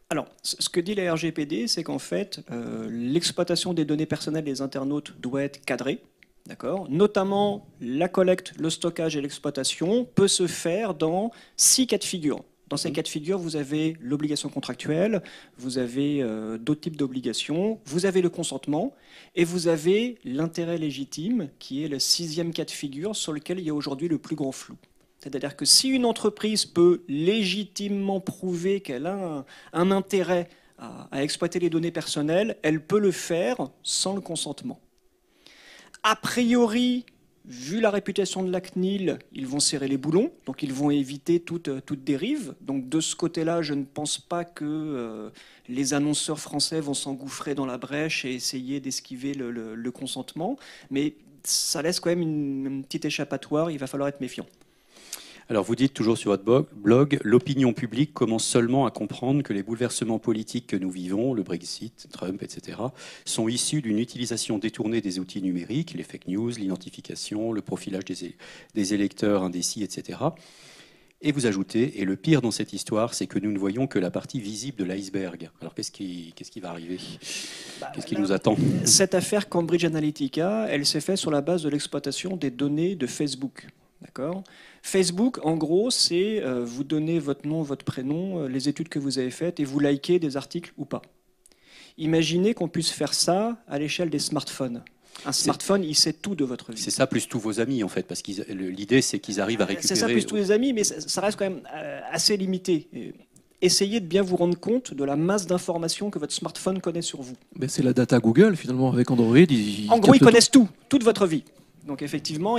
Alors, ce que dit la RGPD, c'est qu'en fait, l'exploitation des données personnelles des internautes doit être cadrée. Notamment, la collecte, le stockage et l'exploitation peut se faire dans 6 cas de figure. Dans ces cas de figure, vous avez l'obligation contractuelle, vous avez d'autres types d'obligations, vous avez le consentement et vous avez l'intérêt légitime, qui est le 6e cas de figure sur lequel il y a aujourd'hui le plus grand flou. C'est-à-dire que si une entreprise peut légitimement prouver qu'elle a un intérêt à exploiter les données personnelles, elle peut le faire sans le consentement. A priori, vu la réputation de la CNIL, ils vont serrer les boulons, donc ils vont éviter toute dérive. Donc de ce côté-là, je ne pense pas que les annonceurs français vont s'engouffrer dans la brèche et essayer d'esquiver le consentement. Mais ça laisse quand même une petite échappatoire, il va falloir être méfiant. Alors vous dites toujours sur votre blog, l'opinion publique commence seulement à comprendre que les bouleversements politiques que nous vivons, le Brexit, Trump, etc., sont issus d'une utilisation détournée des outils numériques, les fake news, l'identification, le profilage des électeurs indécis, etc. Et vous ajoutez, et le pire dans cette histoire, c'est que nous ne voyons que la partie visible de l'iceberg. Alors qu'est-ce qui va arriver? Qu'est-ce qui nous attend? Cette affaire Cambridge Analytica, elle s'est faite sur la base de l'exploitation des données de Facebook. D'accord. Facebook, en gros, c'est vous donnez votre nom, votre prénom, les études que vous avez faites et vous likez des articles ou pas. Imaginez qu'on puisse faire ça à l'échelle des smartphones. Un smartphone, il sait tout de votre vie. C'est ça plus tous vos amis, en fait, parce que l'idée, c'est qu'ils arrivent à récupérer... C'est ça plus tous les amis, mais ça reste quand même assez limité. Essayez de bien vous rendre compte de la masse d'informations que votre smartphone connaît sur vous. C'est la data Google, finalement, avec Android. En gros, ils connaissent tout, toute votre vie. Donc effectivement,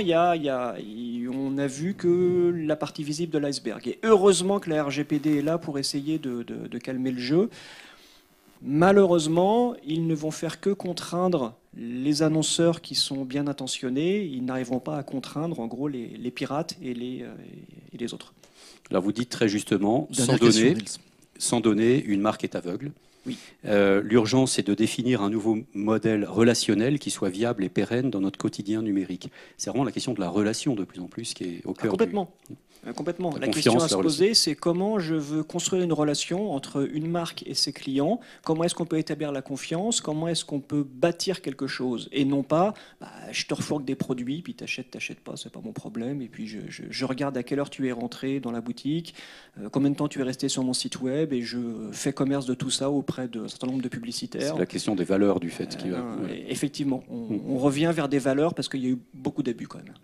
on a vu que la partie visible de l'iceberg. Et heureusement que la RGPD est là pour essayer de calmer le jeu. Malheureusement, ils ne vont faire que contraindre les annonceurs qui sont bien intentionnés. Ils n'arriveront pas à contraindre, en gros, les pirates et les autres. Alors vous dites très justement, sans donner, une marque est aveugle. Oui. L'urgence est de définir un nouveau modèle relationnel qui soit viable et pérenne dans notre quotidien numérique. C'est vraiment la question de la relation de plus en plus qui est au cœur complètement. Complètement. La question à se poser, c'est comment je veux construire une relation entre une marque et ses clients, comment est-ce qu'on peut établir la confiance, comment est-ce qu'on peut bâtir quelque chose, et non pas, je te refourgue des produits, puis t'achètes pas, c'est pas mon problème, et puis je regarde à quelle heure tu es rentré dans la boutique, combien de temps tu es resté sur mon site web, et je fais commerce de tout ça auprès d'un certain nombre de publicitaires. C'est la question des valeurs du fait. Effectivement, on revient vers des valeurs parce qu'il y a eu beaucoup d'abus quand même.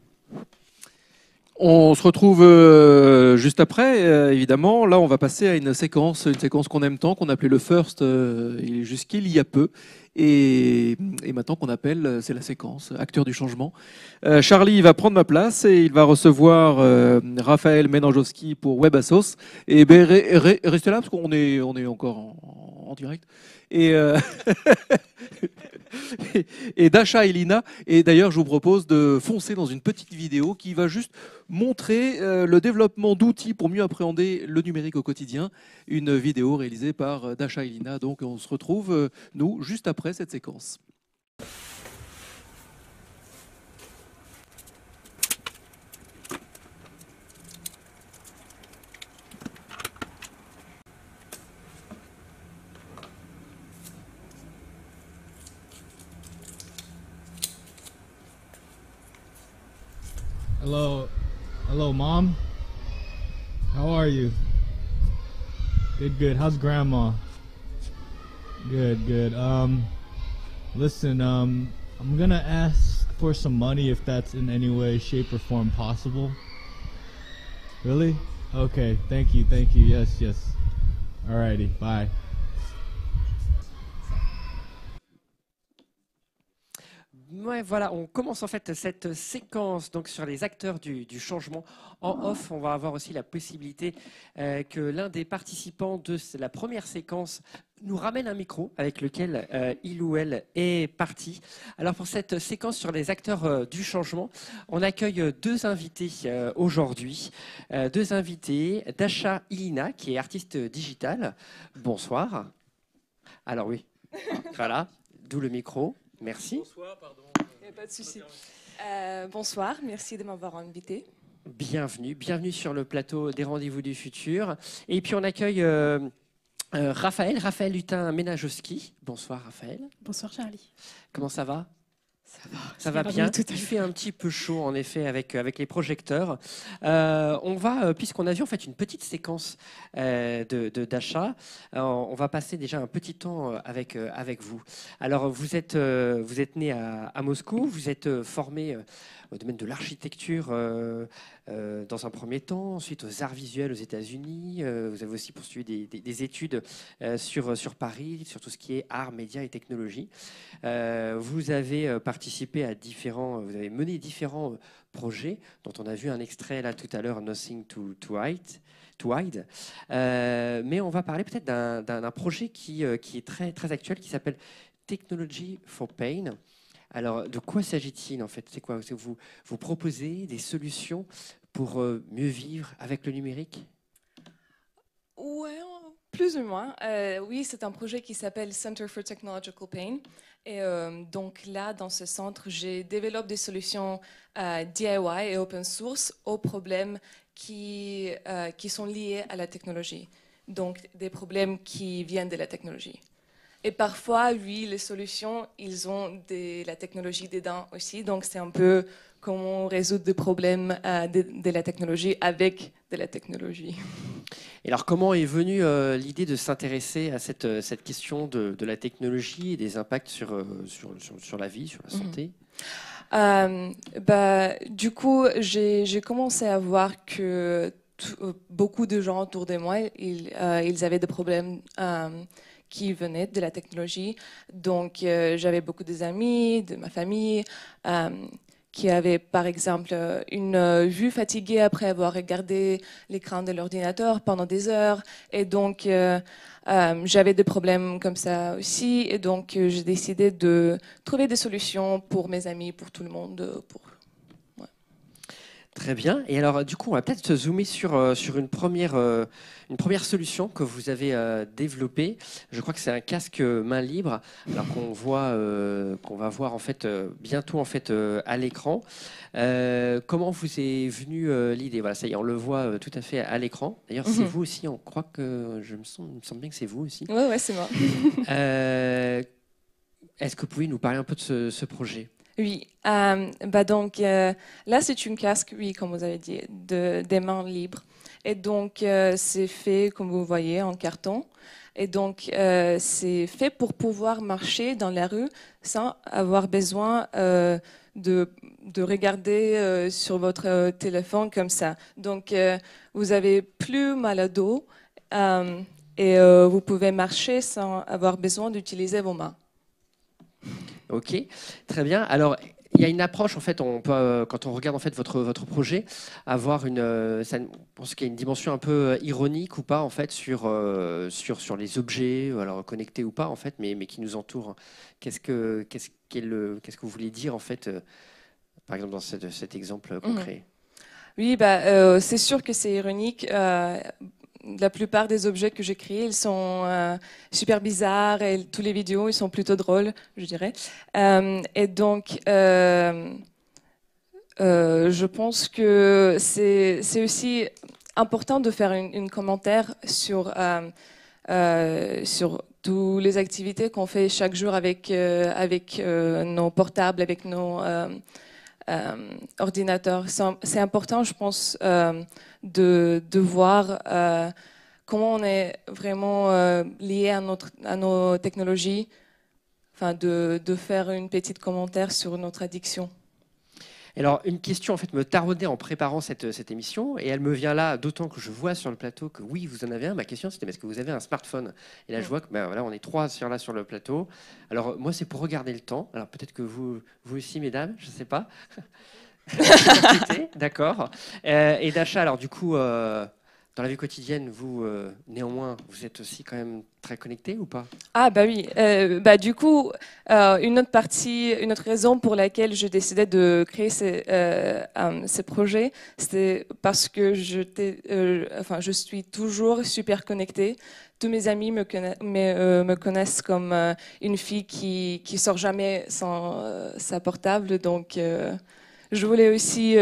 On se retrouve juste après, évidemment. Là, on va passer à une séquence qu'on aime tant, qu'on appelait le first jusqu'il y a peu. Et maintenant qu'on appelle, c'est la séquence acteur du changement. Charlie va prendre ma place et il va recevoir Raphaël Menanjowski pour WebAssos. Et restez là parce qu'on est encore en direct. Et Dasha et Lina. Et d'ailleurs, je vous propose de foncer dans une petite vidéo qui va juste montrer le développement d'outils pour mieux appréhender le numérique au quotidien. Une vidéo réalisée par Dasha et Lina. Donc on se retrouve, nous, juste après cette séquence. Hello, Mom. How are you? Good. How's Grandma? Good. Listen, I'm gonna ask for some money if that's in any way, shape, or form possible. Really? Okay. Thank you. Yes. Alrighty. Bye. Ouais, voilà, on commence en fait cette séquence donc sur les acteurs du changement. En off, on va avoir aussi la possibilité que l'un des participants de la première séquence nous ramène un micro avec lequel il ou elle est parti. Alors pour cette séquence sur les acteurs du changement, on accueille deux invités aujourd'hui. Deux invités, Dasha Ilina qui est artiste digitale. Bonsoir. Alors oui, voilà, d'où le micro. Merci. Bonsoir, pardon. Pas de souci. Bonsoir, merci de m'avoir invité. Bienvenue sur le plateau des Rendez-vous du Futur. Et puis on accueille Raphaël Hutin-Ménagowski. Bonsoir Raphaël. Bonsoir Charlie. Comment ça va? Ça va va bien. tout à Il fait. fait un petit peu chaud en effet avec les projecteurs. On va, puisqu'on a vu en fait une petite séquence d'achat, on va passer déjà un petit temps avec vous. Alors vous êtes né à Moscou, vous êtes formé au domaine de l'architecture dans un premier temps, ensuite aux arts visuels aux États-Unis. Vous avez aussi poursuivi des études sur Paris, sur tout ce qui est arts, médias et technologies. Vous avez participé à vous avez mené différents projets dont on a vu un extrait là tout à l'heure, Nothing to Hide. Mais on va parler peut-être d'un projet qui est très, très actuel, qui s'appelle Technology for Pain. Alors, de quoi s'agit-il en fait? C'est quoi? Vous proposez des solutions pour mieux vivre avec le numérique? Ouais, plus ou moins. Oui, c'est un projet qui s'appelle Center for Technological Pain. Et donc là, dans ce centre, j'ai développé des solutions DIY et open source aux problèmes qui sont liés à la technologie. Donc, des problèmes qui viennent de la technologie. Et parfois, oui, les solutions, ils ont la technologie dedans aussi. Donc, c'est un peu comment résoudre des problèmes de la technologie avec de la technologie. Et alors, comment est venue l'idée de s'intéresser à cette question de la technologie et des impacts sur la vie, sur la santé? Du coup, j'ai commencé à voir que beaucoup de gens autour de moi, ils avaient des problèmes qui venaient de la technologie. Donc, j'avais beaucoup d'amis, de ma famille, qui avaient, par exemple, une vue fatiguée après avoir regardé l'écran de l'ordinateur pendant des heures. Et donc, j'avais des problèmes comme ça aussi. Et donc, j'ai décidé de trouver des solutions pour mes amis, pour tout le monde. Très bien. Et alors, du coup, on va peut-être se zoomer sur une première solution que vous avez développée. Je crois que c'est un casque main libre, alors qu'on va voir en fait bientôt en fait à l'écran. Comment vous est venue l'idée? Voilà, ça y est, on le voit tout à fait à l'écran. D'ailleurs, c'est vous aussi. On croit que il me semble bien que c'est vous aussi. Ouais, c'est moi. Est-ce que vous pouvez nous parler un peu de ce projet? Oui, donc là c'est une casque, oui, comme vous avez dit, des mains libres. Et donc c'est fait, comme vous voyez, en carton. Et donc c'est fait pour pouvoir marcher dans la rue sans avoir besoin de regarder sur votre téléphone comme ça. Donc vous avez plus mal au dos et vous pouvez marcher sans avoir besoin d'utiliser vos mains. Ok, très bien. Alors, il y a une approche, en fait, on peut, quand on regarde en fait votre projet, avoir je pense qu'il y a une dimension un peu ironique ou pas, en fait, sur les objets, alors connectés ou pas, en fait, mais qui nous entourent. Qu'est-ce que vous voulez dire, en fait, par exemple, dans cet exemple concret? Oui, c'est sûr que c'est ironique. La plupart des objets que j'ai créés, ils sont super bizarres et tous les vidéos, ils sont plutôt drôles, je dirais. Et donc, je pense que c'est aussi important de faire une commentaire sur toutes les activités qu'on fait chaque jour avec nos portables, avec nos ordinateurs. C'est important, je pense, de voir comment on est vraiment lié à nos technologies, enfin de faire une petite commentaire sur notre addiction. Alors, une question en fait me taraudait en préparant cette émission, et elle me vient là, d'autant que je vois sur le plateau que oui, vous en avez un. Ma question, c'était est-ce que vous avez un smartphone? Et là, je vois que voilà, on est trois sur le plateau. Alors, moi, c'est pour regarder le temps. Alors, peut-être que vous aussi, mesdames, je ne sais pas. D'accord. Et Dasha, alors du coup, dans la vie quotidienne, vous, néanmoins, vous êtes aussi quand même très connecté ou pas? Ah bah oui. Du coup, une autre raison pour laquelle je décidais de créer ce projet, c'était parce que je suis toujours super connectée. Tous mes amis me connaissent comme une fille qui sort jamais sans sa portable, donc je voulais aussi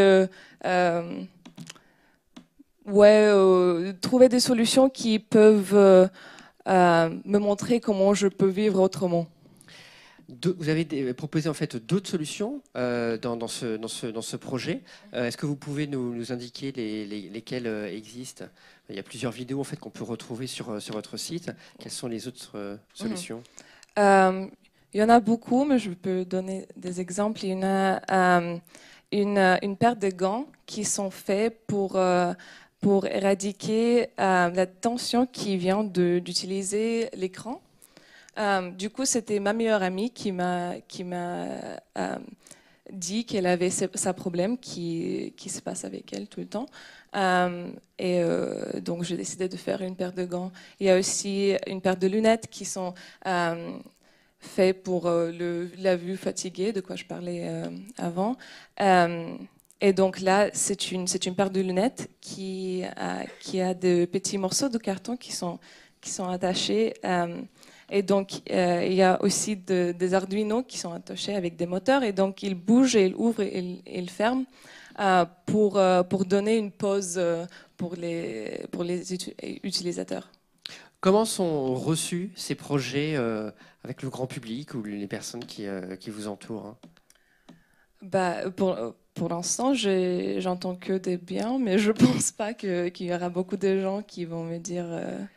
trouver des solutions qui peuvent me montrer comment je peux vivre autrement. Vous avez proposé en fait d'autres solutions dans ce projet. Est-ce que vous pouvez nous indiquer lesquelles existent? Il y a plusieurs vidéos en fait qu'on peut retrouver sur votre site. Quelles sont les autres solutions? Il y en a beaucoup, mais je peux donner des exemples. Il y en a une paire de gants qui sont faits pour éradiquer la tension qui vient d'utiliser l'écran. Du coup, c'était ma meilleure amie qui m'a dit qu'elle avait ce problème qui se passe avec elle tout le temps. Donc, j'ai décidé de faire une paire de gants. Il y a aussi une paire de lunettes qui sont faites pour la vue fatiguée, de quoi je parlais avant. Et donc là, c'est une paire de lunettes qui a de petits morceaux de carton qui sont attachés. Et donc, il y a aussi des Arduino qui sont attachés avec des moteurs. Et donc, ils bougent et ils ouvrent et ils ferment pour donner une pause pour les utilisateurs. Comment sont reçus ces projets avec le grand public ou les personnes qui vous entourent? Pour l'instant, j'entends que des biens, mais je ne pense pas qu'il y aura beaucoup de gens qui vont me dire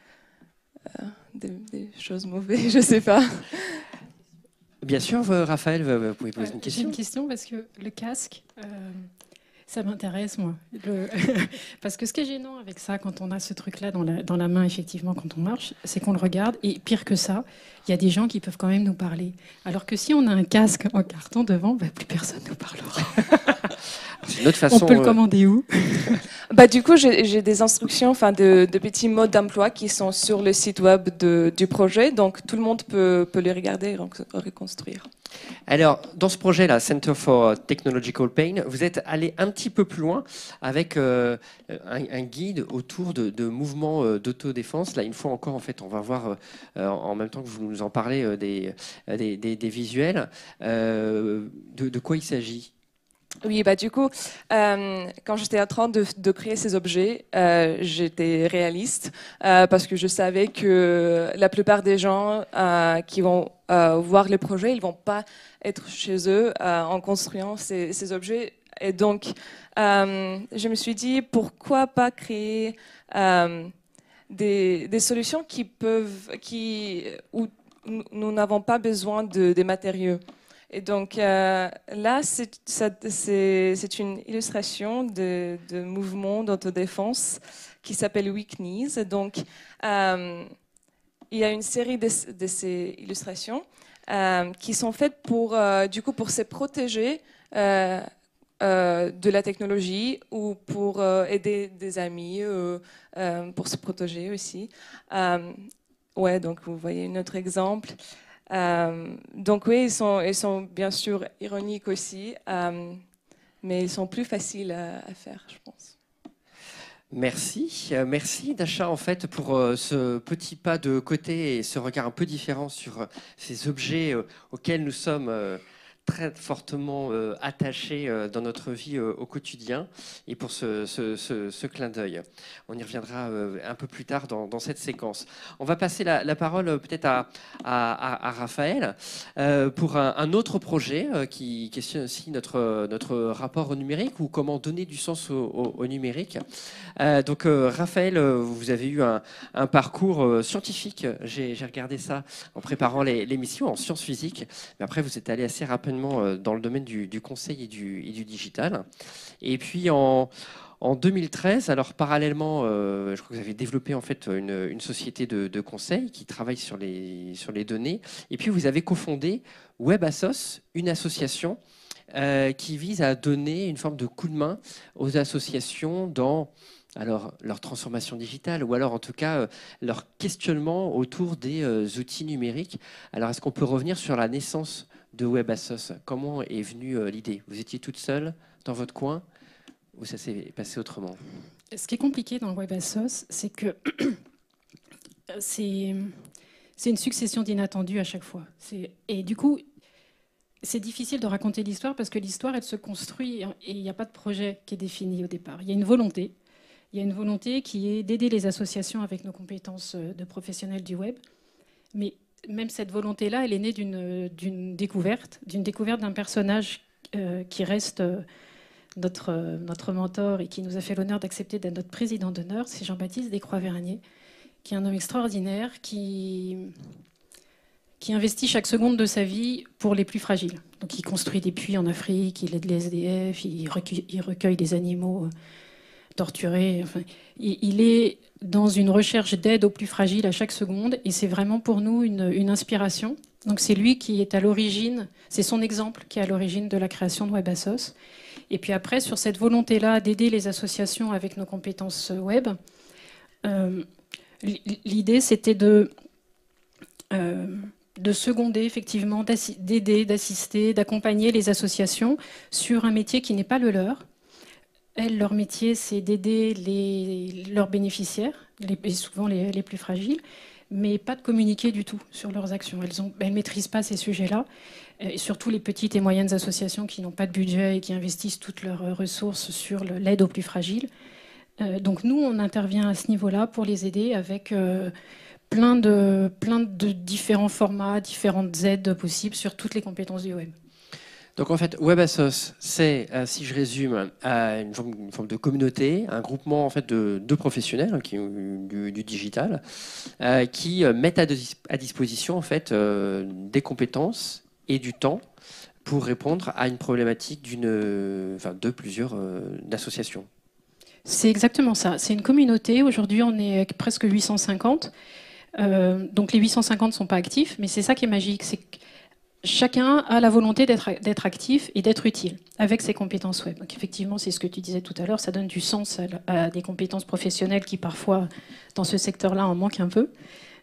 des choses mauvaises, je ne sais pas. Bien sûr, Raphaël, vous pouvez poser une question. J'ai une question parce que le casque, ça m'intéresse, moi. Parce que ce qui est gênant avec ça, quand on a ce truc-là dans la main, effectivement, quand on marche, c'est qu'on le regarde. Et pire que ça, il y a des gens qui peuvent quand même nous parler. Alors que si on a un casque en carton devant, plus personne ne nous parlera. C'est une autre façon, on peut le commander où? Du coup, j'ai des instructions, de petits modes d'emploi qui sont sur le site web du projet. Donc, tout le monde peut les regarder et reconstruire. Alors, dans ce projet-là, Center for Technological Pain, vous êtes allé un petit peu plus loin avec un guide autour de mouvements d'autodéfense. Là, une fois encore, en fait, on va voir en même temps que vous nous en parlez des visuels. De quoi il s'agit? Oui, du coup, quand j'étais en train de créer ces objets, j'étais réaliste parce que je savais que la plupart des gens qui vont voir le projet, ils vont pas être chez eux en construisant ces objets. Et donc, je me suis dit, pourquoi pas créer des solutions où nous n'avons pas besoin des matériaux. Et donc là, c'est une illustration de mouvement d'autodéfense qui s'appelle Weak Knees. Donc, il y a une série de ces illustrations qui sont faites pour se protéger de la technologie ou pour aider des amis, pour se protéger aussi. Donc vous voyez un autre exemple. Donc oui, ils sont bien sûr ironiques aussi, mais ils sont plus faciles à faire, je pense. Merci Dasha en fait pour ce petit pas de côté et ce regard un peu différent sur ces objets auxquels nous sommes très fortement attachés dans notre vie au quotidien et pour ce clin d'œil. On y reviendra un peu plus tard dans cette séquence. On va passer la parole peut-être à Raphaël pour un autre projet qui questionne aussi notre rapport au numérique ou comment donner du sens au numérique. Donc Raphaël, vous avez eu un parcours scientifique. J'ai regardé ça en préparant l'émission en sciences physiques, mais après vous êtes allé assez rapidement dans le domaine du conseil et du digital. Et puis en 2013, alors parallèlement, je crois que vous avez développé en fait une société de conseil qui travaille sur les données. Et puis vous avez cofondé WebAssos, une association qui vise à donner une forme de coup de main aux associations dans leur transformation digitale ou alors en tout cas leur questionnement autour des outils numériques. Alors est-ce qu'on peut revenir sur la naissance de WebAssos? Comment est venue l'idée? Vous étiez toute seule dans votre coin ou ça s'est passé autrement? Ce qui est compliqué dans WebAssos, c'est que c'est une succession d'inattendus à chaque fois. Et du coup, c'est difficile de raconter l'histoire parce que l'histoire, elle se construit et il n'y a pas de projet qui est défini au départ. Il y a une volonté. il y a une volonté qui est d'aider les associations avec nos compétences de professionnels du web. Mais même cette volonté-là, elle est née d'une découverte d'un personnage qui reste notre mentor et qui nous a fait l'honneur d'accepter d'être notre président d'honneur. C'est Jean-Baptiste Descroix-Vernier, qui est un homme extraordinaire, qui investit chaque seconde de sa vie pour les plus fragiles. Donc il construit des puits en Afrique, il aide les SDF, il recueille des animaux torturés. Enfin, il est dans une recherche d'aide aux plus fragiles à chaque seconde, et c'est vraiment pour nous une inspiration. Donc c'est lui qui est à l'origine, c'est son exemple qui est à l'origine de la création de WebAssos. Et puis après, sur cette volonté-là d'aider les associations avec nos compétences web, l'idée c'était de seconder effectivement, d'aider, d'assister, d'accompagner les associations sur un métier qui n'est pas le leur. Elles, leur métier, c'est d'aider leurs bénéficiaires, et souvent les plus fragiles, mais pas de communiquer du tout sur leurs actions. Elles ne maîtrisent pas ces sujets-là, et surtout les petites et moyennes associations qui n'ont pas de budget et qui investissent toutes leurs ressources sur l'aide aux plus fragiles. Donc nous, on intervient à ce niveau-là pour les aider avec plein de différents formats, différentes aides possibles sur toutes les compétences du web. Donc en fait, WebAssos, c'est, si je résume, une forme de communauté, un groupement en fait de professionnels du digital qui mettent à disposition en fait des compétences et du temps pour répondre à une problématique de plusieurs associations. C'est exactement ça. C'est une communauté. Aujourd'hui, on est presque 850. Donc les 850 ne sont pas actifs, mais c'est ça qui est magique, c'est que chacun a la volonté d'être actif et d'être utile avec ses compétences web. Donc effectivement, c'est ce que tu disais tout à l'heure, ça donne du sens à des compétences professionnelles qui parfois, dans ce secteur-là, en manquent un peu.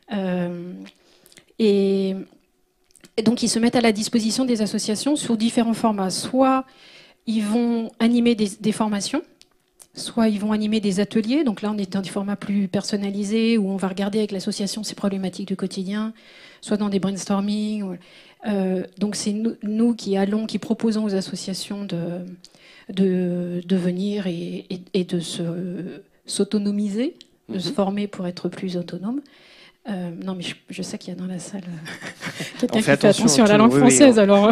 Et donc ils se mettent à la disposition des associations sous différents formats. Soit ils vont animer des formations, soit ils vont animer des ateliers. Donc là, on est dans des formats plus personnalisés où on va regarder avec l'association ses problématiques du quotidien, soit dans des brainstorming. Donc c'est nous qui proposons aux associations de venir et de s'autonomiser, de se former pour être plus autonome. Non, mais je sais qu'il y a dans la salle quelqu'un qui fait attention à la langue française. Alors.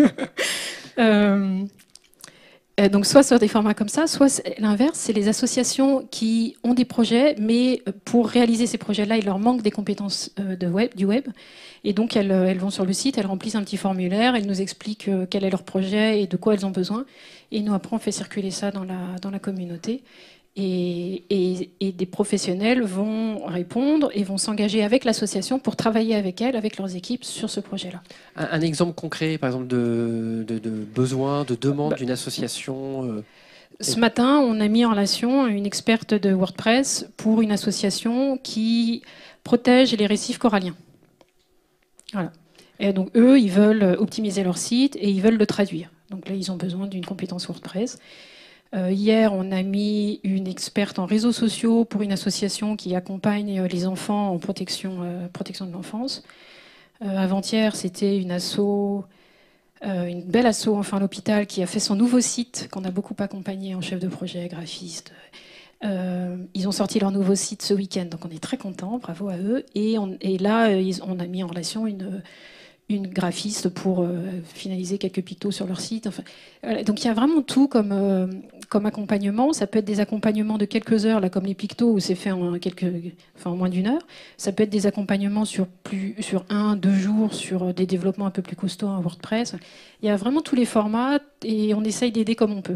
Donc soit sur des formats comme ça, soit l'inverse, c'est les associations qui ont des projets, mais pour réaliser ces projets-là, il leur manque des compétences du web. Et donc elles vont sur le site, elles remplissent un petit formulaire, elles nous expliquent quel est leur projet et de quoi elles ont besoin. Et nous, après, on fait circuler ça dans la communauté. Et des professionnels vont répondre et vont s'engager avec l'association pour travailler avec elles, avec leurs équipes, sur ce projet-là. Un exemple concret, par exemple, de besoin, de demande d'une association Ce matin, on a mis en relation une experte de WordPress pour une association qui protège les récifs coralliens. Voilà. Et donc, eux, ils veulent optimiser leur site et ils veulent le traduire. Donc là, ils ont besoin d'une compétence WordPress. Hier, on a mis une experte en réseaux sociaux pour une association qui accompagne les enfants en protection de l'enfance. Avant-hier, c'était une belle asso, enfin l'hôpital, qui a fait son nouveau site, qu'on a beaucoup accompagné en chef de projet, graphiste. Ils ont sorti leur nouveau site ce week-end, donc on est très contents, bravo à eux. Et là, on a mis en relation une graphiste pour finaliser quelques pictos sur leur site. Enfin, donc il y a vraiment tout comme accompagnement. Ça peut être des accompagnements de quelques heures, là, comme les pictos, où c'est fait en moins d'une heure. Ça peut être des accompagnements sur 1-2 jours, sur des développements un peu plus costauds en WordPress. Il y a vraiment tous les formats et on essaye d'aider comme on peut.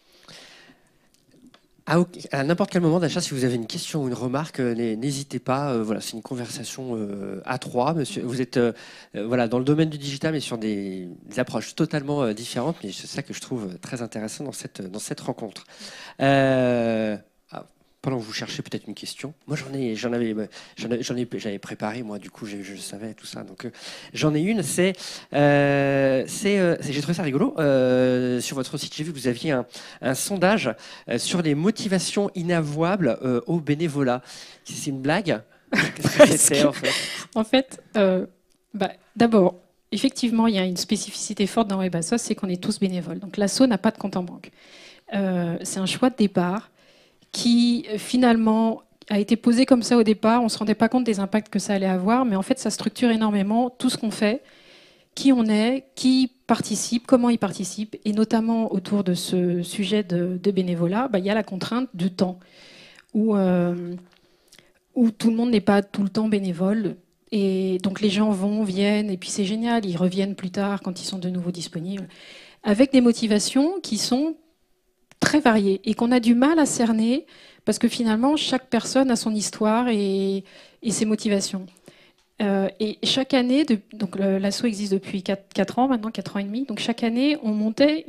À n'importe quel moment d'achat, si vous avez une question ou une remarque, n'hésitez pas. Voilà, c'est une conversation à trois. Monsieur, vous êtes dans le domaine du digital, mais sur des approches totalement différentes. Mais c'est ça que je trouve très intéressant dans cette rencontre. Pendant que vous cherchez peut-être une question, moi j'avais préparé, moi du coup je savais tout ça, donc j'en ai une. J'ai trouvé ça rigolo. Sur votre site, j'ai vu que vous aviez un sondage sur les motivations inavouables au bénévolat. C'est une blague? C'était, en fait, d'abord, effectivement, il y a une spécificité forte dans WebAssos, c'est qu'on est tous bénévoles. Donc l'asso n'a pas de compte en banque. C'est un choix de départ qui finalement a été posé comme ça au départ. On ne se rendait pas compte des impacts que ça allait avoir, mais en fait, ça structure énormément tout ce qu'on fait, qui on est, qui participe, comment il participe, et notamment autour de ce sujet de bénévolat, il y a la contrainte du temps, où tout le monde n'est pas tout le temps bénévole. Et donc les gens viennent, et puis c'est génial, ils reviennent plus tard quand ils sont de nouveau disponibles, avec des motivations qui sont très variées et qu'on a du mal à cerner, parce que finalement, chaque personne a son histoire et ses motivations. Et chaque année, donc l'asso existe depuis 4 ans, maintenant 4 ans et demi, donc chaque année, on montait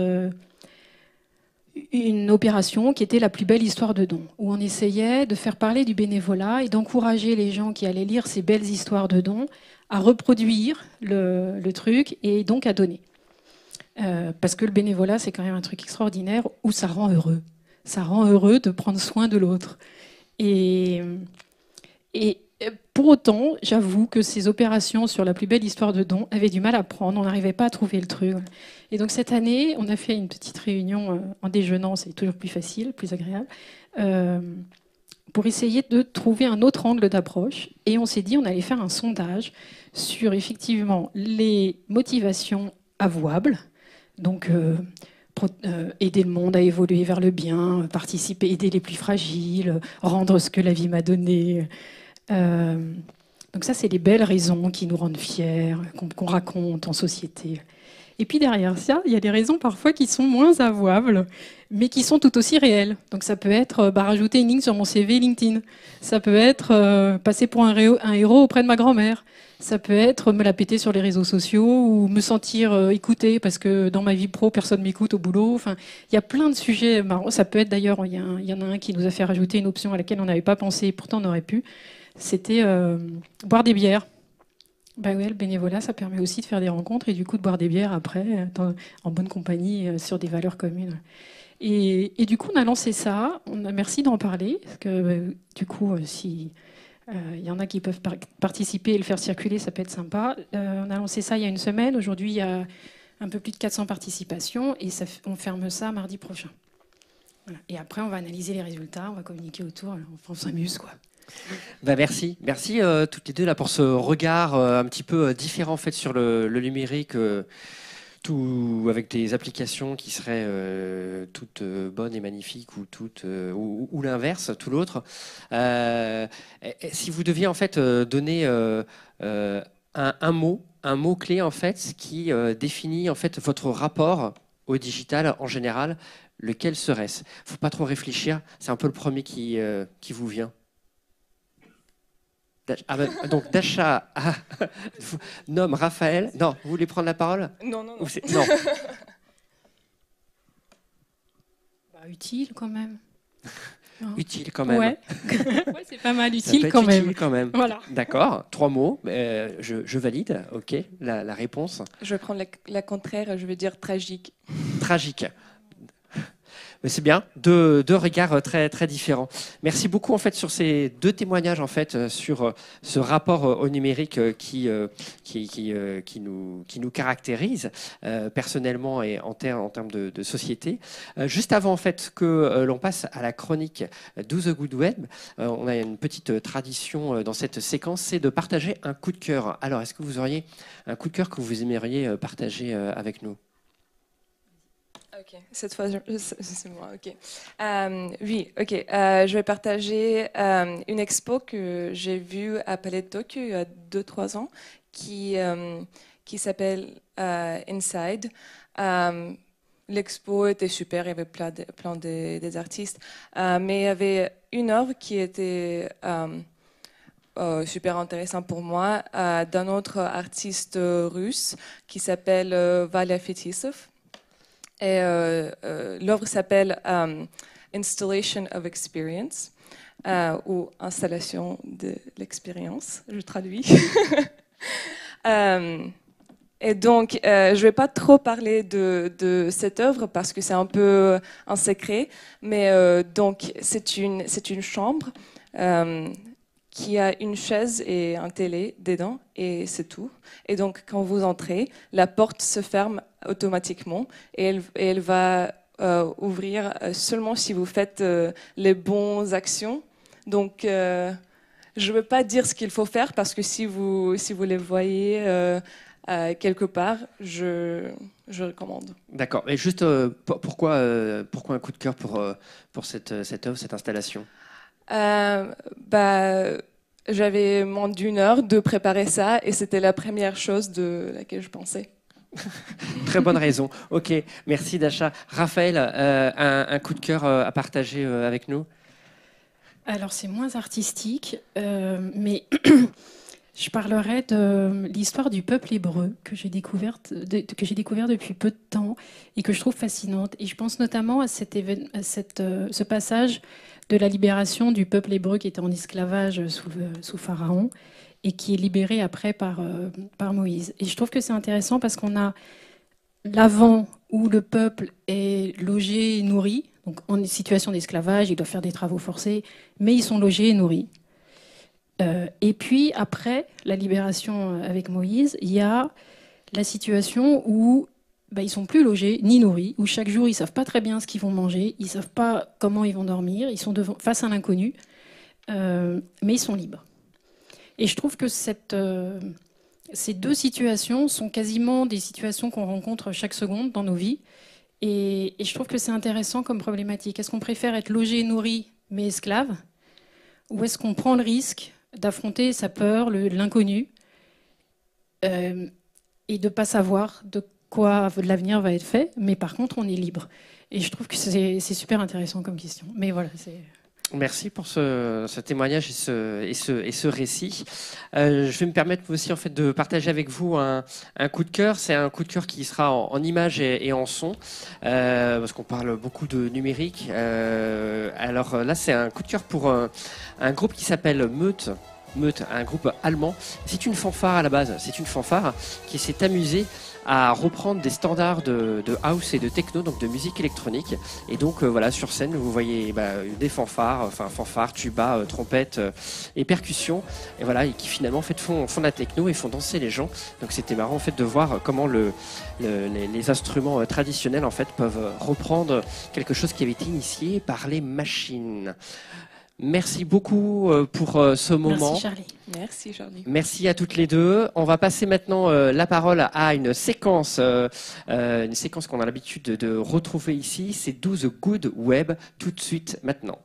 une opération qui était la plus belle histoire de don, où on essayait de faire parler du bénévolat et d'encourager les gens qui allaient lire ces belles histoires de don à reproduire le truc et donc à donner. Parce que le bénévolat, c'est quand même un truc extraordinaire où ça rend heureux. Ça rend heureux de prendre soin de l'autre. Et pour autant, j'avoue que ces opérations sur la plus belle histoire de don avaient du mal à prendre, on n'arrivait pas à trouver le truc. Et donc cette année, on a fait une petite réunion en déjeunant, c'est toujours plus facile, plus agréable, pour essayer de trouver un autre angle d'approche. Et on s'est dit, on allait faire un sondage sur effectivement les motivations avouables, donc aider le monde à évoluer vers le bien, participer, aider les plus fragiles, rendre ce que la vie m'a donné. Donc ça, c'est les belles raisons qui nous rendent fiers, qu'on raconte en société. Et puis derrière ça, il y a des raisons parfois qui sont moins avouables, mais qui sont tout aussi réelles. Donc ça peut être rajouter une ligne sur mon CV LinkedIn. Ça peut être passer pour un héros auprès de ma grand-mère. Ça peut être me la péter sur les réseaux sociaux ou me sentir écoutée parce que dans ma vie pro, personne m'écoute au boulot. Enfin, il y a plein de sujets marrants. Ça peut être d'ailleurs, il y en a un qui nous a fait rajouter une option à laquelle on n'avait pas pensé, pourtant on aurait pu. C'était boire des bières. Oui, le bénévolat, ça permet aussi de faire des rencontres et du coup de boire des bières après, en bonne compagnie, sur des valeurs communes. Et du coup, on a lancé ça. Merci d'en parler, parce que du coup, si il y en a qui peuvent participer et le faire circuler, ça peut être sympa. On a lancé ça il y a une semaine. Aujourd'hui, il y a un peu plus de 400 participations et on ferme ça mardi prochain. Voilà. Et après, on va analyser les résultats, on va communiquer autour, on s'amuse, quoi. Merci toutes les deux là pour ce regard un petit peu différent en fait sur le numérique, tout avec des applications qui seraient toutes bonnes et magnifiques ou toutes ou l'inverse, tout l'autre. Si vous deviez en fait donner un mot clé en fait qui définit en fait votre rapport au digital en général, lequel serait-ce? Faut pas trop réfléchir, c'est un peu le premier qui vous vient. Donc d'achat à nomme Raphaël. Non, vous voulez prendre la parole? Non. Non. Utile quand même. Utile quand même. Ouais, c'est pas mal utile quand même. Utile quand même. Voilà. D'accord, 3 mots. Je valide. Ok, la réponse. Je vais prendre la contraire. Je vais dire tragique. Tragique. Mais c'est bien, deux regards très très différents. Merci beaucoup en fait sur ces 2 témoignages en fait sur ce rapport au numérique qui nous caractérise personnellement et en termes de société. Juste avant en fait que l'on passe à la chronique Do the Good Web, on a une petite tradition dans cette séquence, c'est de partager un coup de cœur. Alors, est-ce que vous auriez un coup de cœur que vous aimeriez partager avec nous? Ok, cette fois, c'est moi, ok. Oui, ok. Je vais partager une expo que j'ai vue à Palais de Tokyo il y a 2-3 ans qui s'appelle Inside. L'expo était super, il y avait plein des artistes, mais il y avait une œuvre qui était super intéressante pour moi, d'un autre artiste russe qui s'appelle Valia Fetisov. Et l'œuvre s'appelle Installation of Experience, ou Installation de l'expérience, je traduis. Et donc, je ne vais pas trop parler de cette œuvre parce que c'est un peu un secret, mais donc c'est une chambre qui a une chaise et un télé dedans, et c'est tout. Et donc, quand vous entrez, la porte se ferme automatiquement et elle va ouvrir seulement si vous faites les bonnes actions. Donc, je ne veux pas dire ce qu'il faut faire parce que si vous les voyez quelque part, je recommande. D'accord. Et juste, pourquoi un coup de cœur pour cette œuvre, cette installation? J'avais moins d'1 heure de préparer ça et c'était la première chose de laquelle je pensais. Très bonne raison. Ok, merci Dasha. Raphaël, un coup de cœur à partager avec nous? Alors c'est moins artistique, mais je parlerai de l'histoire du peuple hébreu que j'ai découvert depuis peu de temps et que je trouve fascinante. Et je pense notamment à ce passage de la libération du peuple hébreu qui était en esclavage sous Pharaon et qui est libéré après par Moïse. Et je trouve que c'est intéressant parce qu'on a l'avant où le peuple est logé et nourri, donc en situation d'esclavage, ils doivent faire des travaux forcés, mais ils sont logés et nourris. Et puis après la libération avec Moïse, il y a la situation où ils sont plus logés ni nourris, où chaque jour ils savent pas très bien ce qu'ils vont manger, ils savent pas comment ils vont dormir, ils sont face à l'inconnu, mais ils sont libres. Et je trouve que ces deux situations sont quasiment des situations qu'on rencontre chaque seconde dans nos vies. Et je trouve que c'est intéressant comme problématique. Est-ce qu'on préfère être logé et nourri, mais esclave? Ou est-ce qu'on prend le risque d'affronter sa peur, l'inconnu, et de ne pas savoir de quoi l'avenir va être fait, mais par contre, on est libre. Et je trouve que c'est super intéressant comme question. Mais voilà, c'est... Merci pour ce témoignage et ce récit. Je vais me permettre aussi en fait de partager avec vous un coup de cœur. C'est un coup de cœur qui sera en images et en son, parce qu'on parle beaucoup de numérique. Alors là, c'est un coup de cœur pour un groupe qui s'appelle Meute, un groupe allemand. C'est une fanfare à la base. C'est une fanfare qui s'est amusée à reprendre des standards de house et de techno, donc de musique électronique. Et donc voilà, sur scène, vous voyez des fanfares, tuba, trompette et percussions, et voilà, et qui finalement en fait font de la techno et font danser les gens. Donc c'était marrant en fait de voir comment les instruments traditionnels en fait peuvent reprendre quelque chose qui avait été initié par les machines. Merci beaucoup pour ce moment. Merci Charlie. Merci Charlie. Merci à toutes les deux. On va passer maintenant la parole à une séquence qu'on a l'habitude de retrouver ici. C'est Do the Good Web, tout de suite maintenant.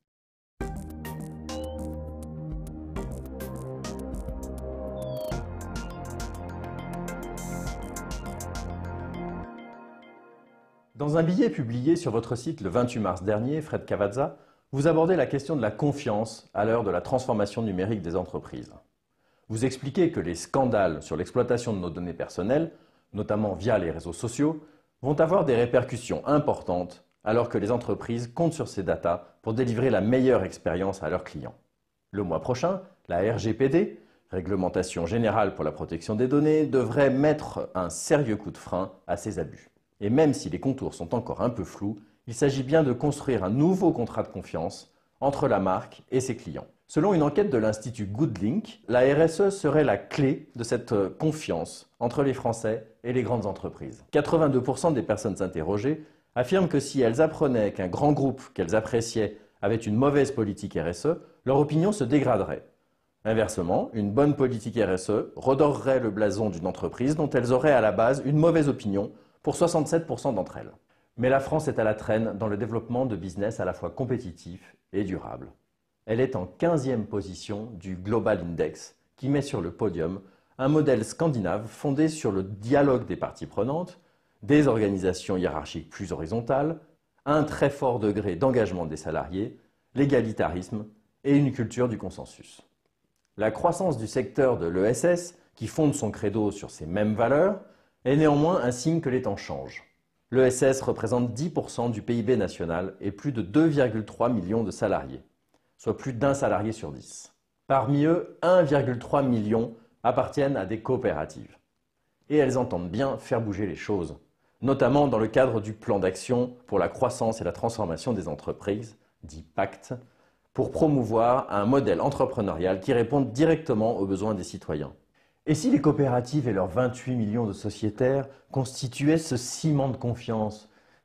Dans un billet publié sur votre site le 28 mars dernier, Fred Cavazza, vous abordez la question de la confiance à l'heure de la transformation numérique des entreprises. Vous expliquez que les scandales sur l'exploitation de nos données personnelles, notamment via les réseaux sociaux, vont avoir des répercussions importantes alors que les entreprises comptent sur ces datas pour délivrer la meilleure expérience à leurs clients. Le mois prochain, la RGPD, Réglementation générale pour la protection des données, devrait mettre un sérieux coup de frein à ces abus. Et même si les contours sont encore un peu flous, il s'agit bien de construire un nouveau contrat de confiance entre la marque et ses clients. Selon une enquête de l'Institut Goodlink, la RSE serait la clé de cette confiance entre les Français et les grandes entreprises. 82% des personnes interrogées affirment que si elles apprenaient qu'un grand groupe qu'elles appréciaient avait une mauvaise politique RSE, leur opinion se dégraderait. Inversement, une bonne politique RSE redorerait le blason d'une entreprise dont elles auraient à la base une mauvaise opinion pour 67% d'entre elles. Mais la France est à la traîne dans le développement de business à la fois compétitif et durable. Elle est en 15e position du Global Index, qui met sur le podium un modèle scandinave fondé sur le dialogue des parties prenantes, des organisations hiérarchiques plus horizontales, un très fort degré d'engagement des salariés, l'égalitarisme et une culture du consensus. La croissance du secteur de l'ESS, qui fonde son credo sur ces mêmes valeurs, est néanmoins un signe que les temps changent. L'ESS représente 10% du PIB national et plus de 2,3 millions de salariés, soit plus d'un salarié sur 10. Parmi eux, 1,3 million appartiennent à des coopératives. Et elles entendent bien faire bouger les choses, notamment dans le cadre du plan d'action pour la croissance et la transformation des entreprises, dit PACT, pour promouvoir un modèle entrepreneurial qui réponde directement aux besoins des citoyens. Et si les coopératives et leurs 28 millions de sociétaires constituaient ce ciment de confiance,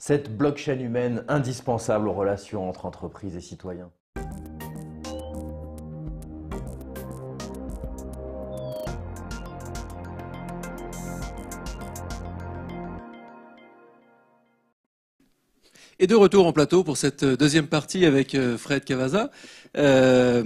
cette blockchain humaine indispensable aux relations entre entreprises et citoyens. Et de retour en plateau pour cette deuxième partie avec Fred Cavazza. Fred,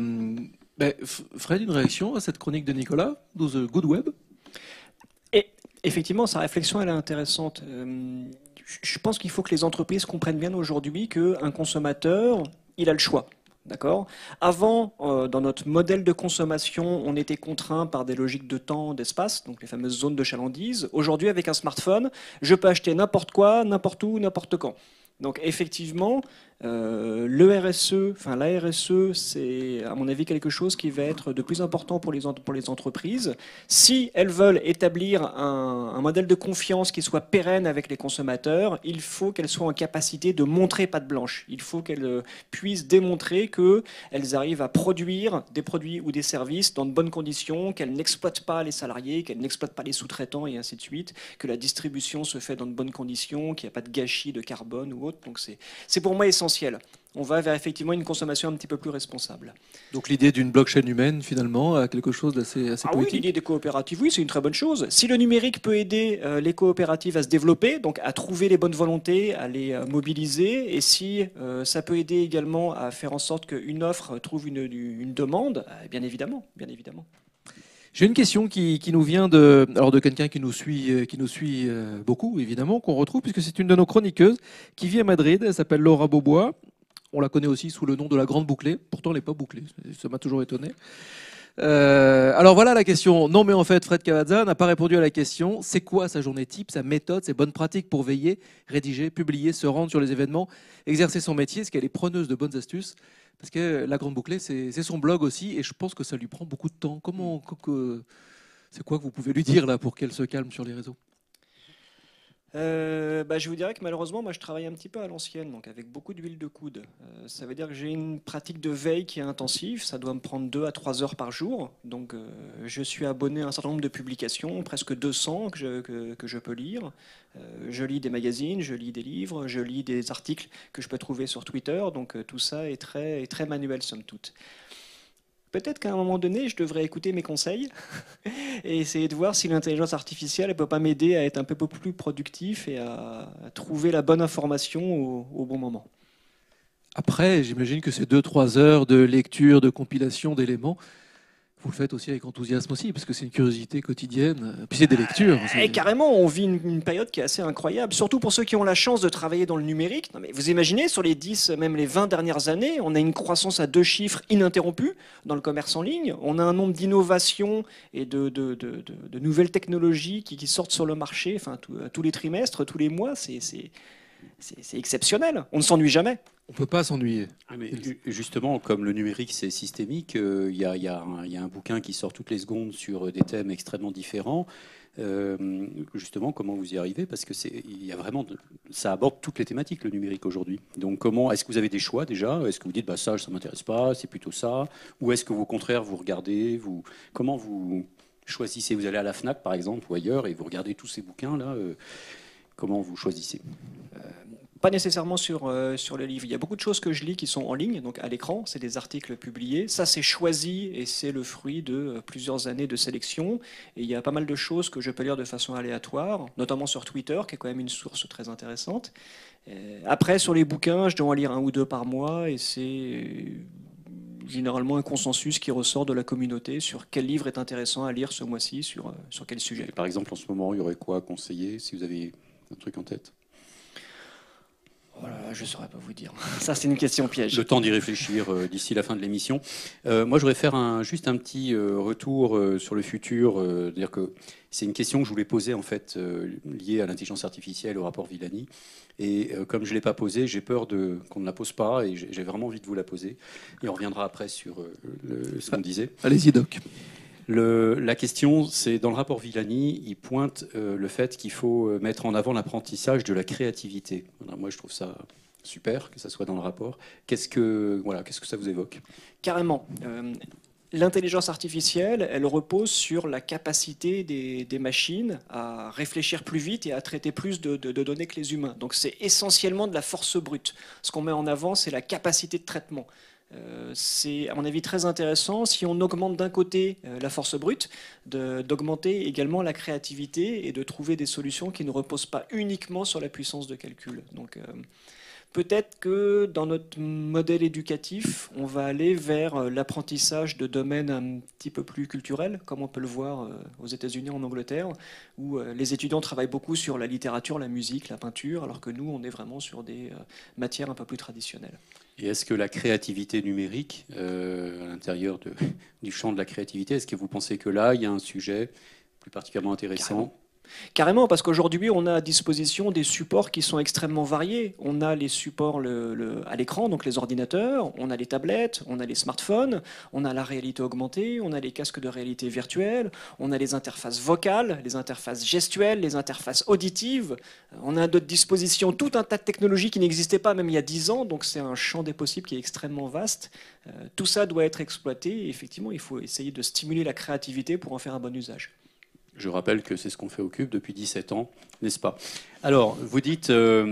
une réaction à cette chronique de Nicolas, dans The Good Web? Et effectivement, sa réflexion elle est intéressante. Je pense qu'il faut que les entreprises comprennent bien aujourd'hui qu'un consommateur, il a le choix. D'accord. Avant, dans notre modèle de consommation, on était contraint par des logiques de temps, d'espace, donc les fameuses zones de chalandise. Aujourd'hui, avec un smartphone, je peux acheter n'importe quoi, n'importe où, n'importe quand. Donc effectivement, la RSE, c'est à mon avis quelque chose qui va être de plus important pour les entreprises. Si elles veulent établir un modèle de confiance qui soit pérenne avec les consommateurs, il faut qu'elles soient en capacité de montrer patte blanche. Il faut qu'elles puissent démontrer qu'elles arrivent à produire des produits ou des services dans de bonnes conditions, qu'elles n'exploitent pas les salariés, qu'elles n'exploitent pas les sous-traitants et ainsi de suite, que la distribution se fait dans de bonnes conditions, qu'il n'y a pas de gâchis de carbone ou autre. Donc c'est pour moi essentiel. On va vers effectivement une consommation un petit peu plus responsable. Donc l'idée d'une blockchain humaine, finalement, a quelque chose d'assez oui, politique. l'idée des coopératives, oui, c'est une très bonne chose. Si le numérique peut aider les coopératives à se développer, donc à trouver les bonnes volontés, à les mobiliser, et si ça peut aider également à faire en sorte qu'une offre trouve une demande, bien évidemment, bien évidemment. J'ai une question qui nous vient de quelqu'un qui nous suit beaucoup, évidemment, qu'on retrouve, puisque c'est une de nos chroniqueuses qui vit à Madrid. Elle s'appelle Laura Beaubois. On la connaît aussi sous le nom de la Grande Bouclée. Pourtant, elle n'est pas bouclée. Ça m'a toujours étonné. Alors voilà la question. Non, mais en fait, Fred Cavazza n'a pas répondu à la question. C'est quoi sa journée type, sa méthode, ses bonnes pratiques pour veiller, rédiger, publier, se rendre sur les événements, exercer son métier? Est-ce qu'elle est preneuse de bonnes astuces? Parce que la Grande Bouclée, c'est son blog aussi, et je pense que ça lui prend beaucoup de temps. C'est quoi que vous pouvez lui dire là pour qu'elle se calme sur les réseaux? Je vous dirais que malheureusement, moi je travaille un petit peu à l'ancienne, donc avec beaucoup d'huile de coude. Ça veut dire que j'ai une pratique de veille qui est intensive, ça doit me prendre 2 à 3 heures par jour. Donc je suis abonné à un certain nombre de publications, presque 200 que je peux lire. Je lis des magazines, je lis des livres, je lis des articles que je peux trouver sur Twitter, donc tout ça est très manuel somme toute. Peut-être qu'à un moment donné, je devrais écouter mes conseils et essayer de voir si l'intelligence artificielle ne peut pas m'aider à être un peu plus productif et à trouver la bonne information au bon moment. Après, j'imagine que ces 2-3 heures de lecture, de compilation d'éléments, vous le faites aussi avec enthousiasme aussi, parce que c'est une curiosité quotidienne. Puis c'est des lectures. Et carrément, on vit une période qui est assez incroyable, surtout pour ceux qui ont la chance de travailler dans le numérique. Non, mais vous imaginez, sur les 10, même les 20 dernières années, on a une croissance à 2 chiffres ininterrompue dans le commerce en ligne. On a un nombre d'innovations et de nouvelles technologies qui sortent sur le marché, enfin, tous les trimestres, tous les mois. C'est exceptionnel. On ne s'ennuie jamais. On ne peut pas s'ennuyer. Mais justement, comme le numérique, c'est systémique, il y a un bouquin qui sort toutes les secondes sur des thèmes extrêmement différents. Justement, comment vous y arrivez? Parce que ça aborde toutes les thématiques, le numérique aujourd'hui. Donc, est-ce que vous avez des choix déjà? Est-ce que vous dites, ça m'intéresse pas, c'est plutôt ça? Ou est-ce que au contraire, vous regardez, comment vous choisissez? Vous allez à la Fnac, par exemple, ou ailleurs, et vous regardez tous ces bouquins-là. Comment vous choisissez? Pas nécessairement sur les livres. Il y a beaucoup de choses que je lis qui sont en ligne, donc à l'écran. C'est des articles publiés. Ça, c'est choisi et c'est le fruit de plusieurs années de sélection. Et il y a pas mal de choses que je peux lire de façon aléatoire, notamment sur Twitter, qui est quand même une source très intéressante. Après, sur les bouquins, je dois en lire 1 ou 2 par mois et c'est généralement un consensus qui ressort de la communauté sur quel livre est intéressant à lire ce mois-ci, sur quel sujet. Et par exemple, en ce moment, il y aurait quoi à conseiller, si vous avez un truc en tête? Voilà, je ne saurais pas vous dire. Ça, c'est une question piège. Le temps d'y réfléchir d'ici la fin de l'émission. Moi, je voudrais faire juste un petit retour sur le futur. Dire que c'est une question que je voulais poser, en fait, liée à l'intelligence artificielle, au rapport Villani. Et comme je ne l'ai pas posée, j'ai peur qu'on ne la pose pas. Et j'ai vraiment envie de vous la poser. Et on reviendra après sur ce qu'on disait. Allez-y, Doc. La question, c'est dans le rapport Villani, il pointe le fait qu'il faut mettre en avant l'apprentissage de la créativité. Voilà, moi, je trouve ça super que ça soit dans le rapport. Qu'est-ce que ça vous évoque? Carrément. L'intelligence artificielle, elle repose sur la capacité des machines à réfléchir plus vite et à traiter plus de données que les humains. Donc c'est essentiellement de la force brute. Ce qu'on met en avant, c'est la capacité de traitement. C'est à mon avis très intéressant si on augmente d'un côté la force brute, d'augmenter également la créativité et de trouver des solutions qui ne reposent pas uniquement sur la puissance de calcul. Donc peut-être que dans notre modèle éducatif, on va aller vers l'apprentissage de domaines un petit peu plus culturels, comme on peut le voir aux États-Unis, en Angleterre, où les étudiants travaillent beaucoup sur la littérature, la musique, la peinture, alors que nous, on est vraiment sur des matières un peu plus traditionnelles. Et est-ce que la créativité numérique, à l'intérieur du champ de la créativité, est-ce que vous pensez que là, il y a un sujet plus particulièrement intéressant ? Carrément, parce qu'aujourd'hui, on a à disposition des supports qui sont extrêmement variés. On a les supports à l'écran, donc les ordinateurs, on a les tablettes, on a les smartphones, on a la réalité augmentée, on a les casques de réalité virtuelle, on a les interfaces vocales, les interfaces gestuelles, les interfaces auditives. On a à notre disposition tout un tas de technologies qui n'existaient pas même il y a 10 ans, donc c'est un champ des possibles qui est extrêmement vaste. Tout ça doit être exploité et effectivement, il faut essayer de stimuler la créativité pour en faire un bon usage. Je rappelle que c'est ce qu'on fait au Cube depuis 17 ans, n'est-ce pas? Alors, vous dites,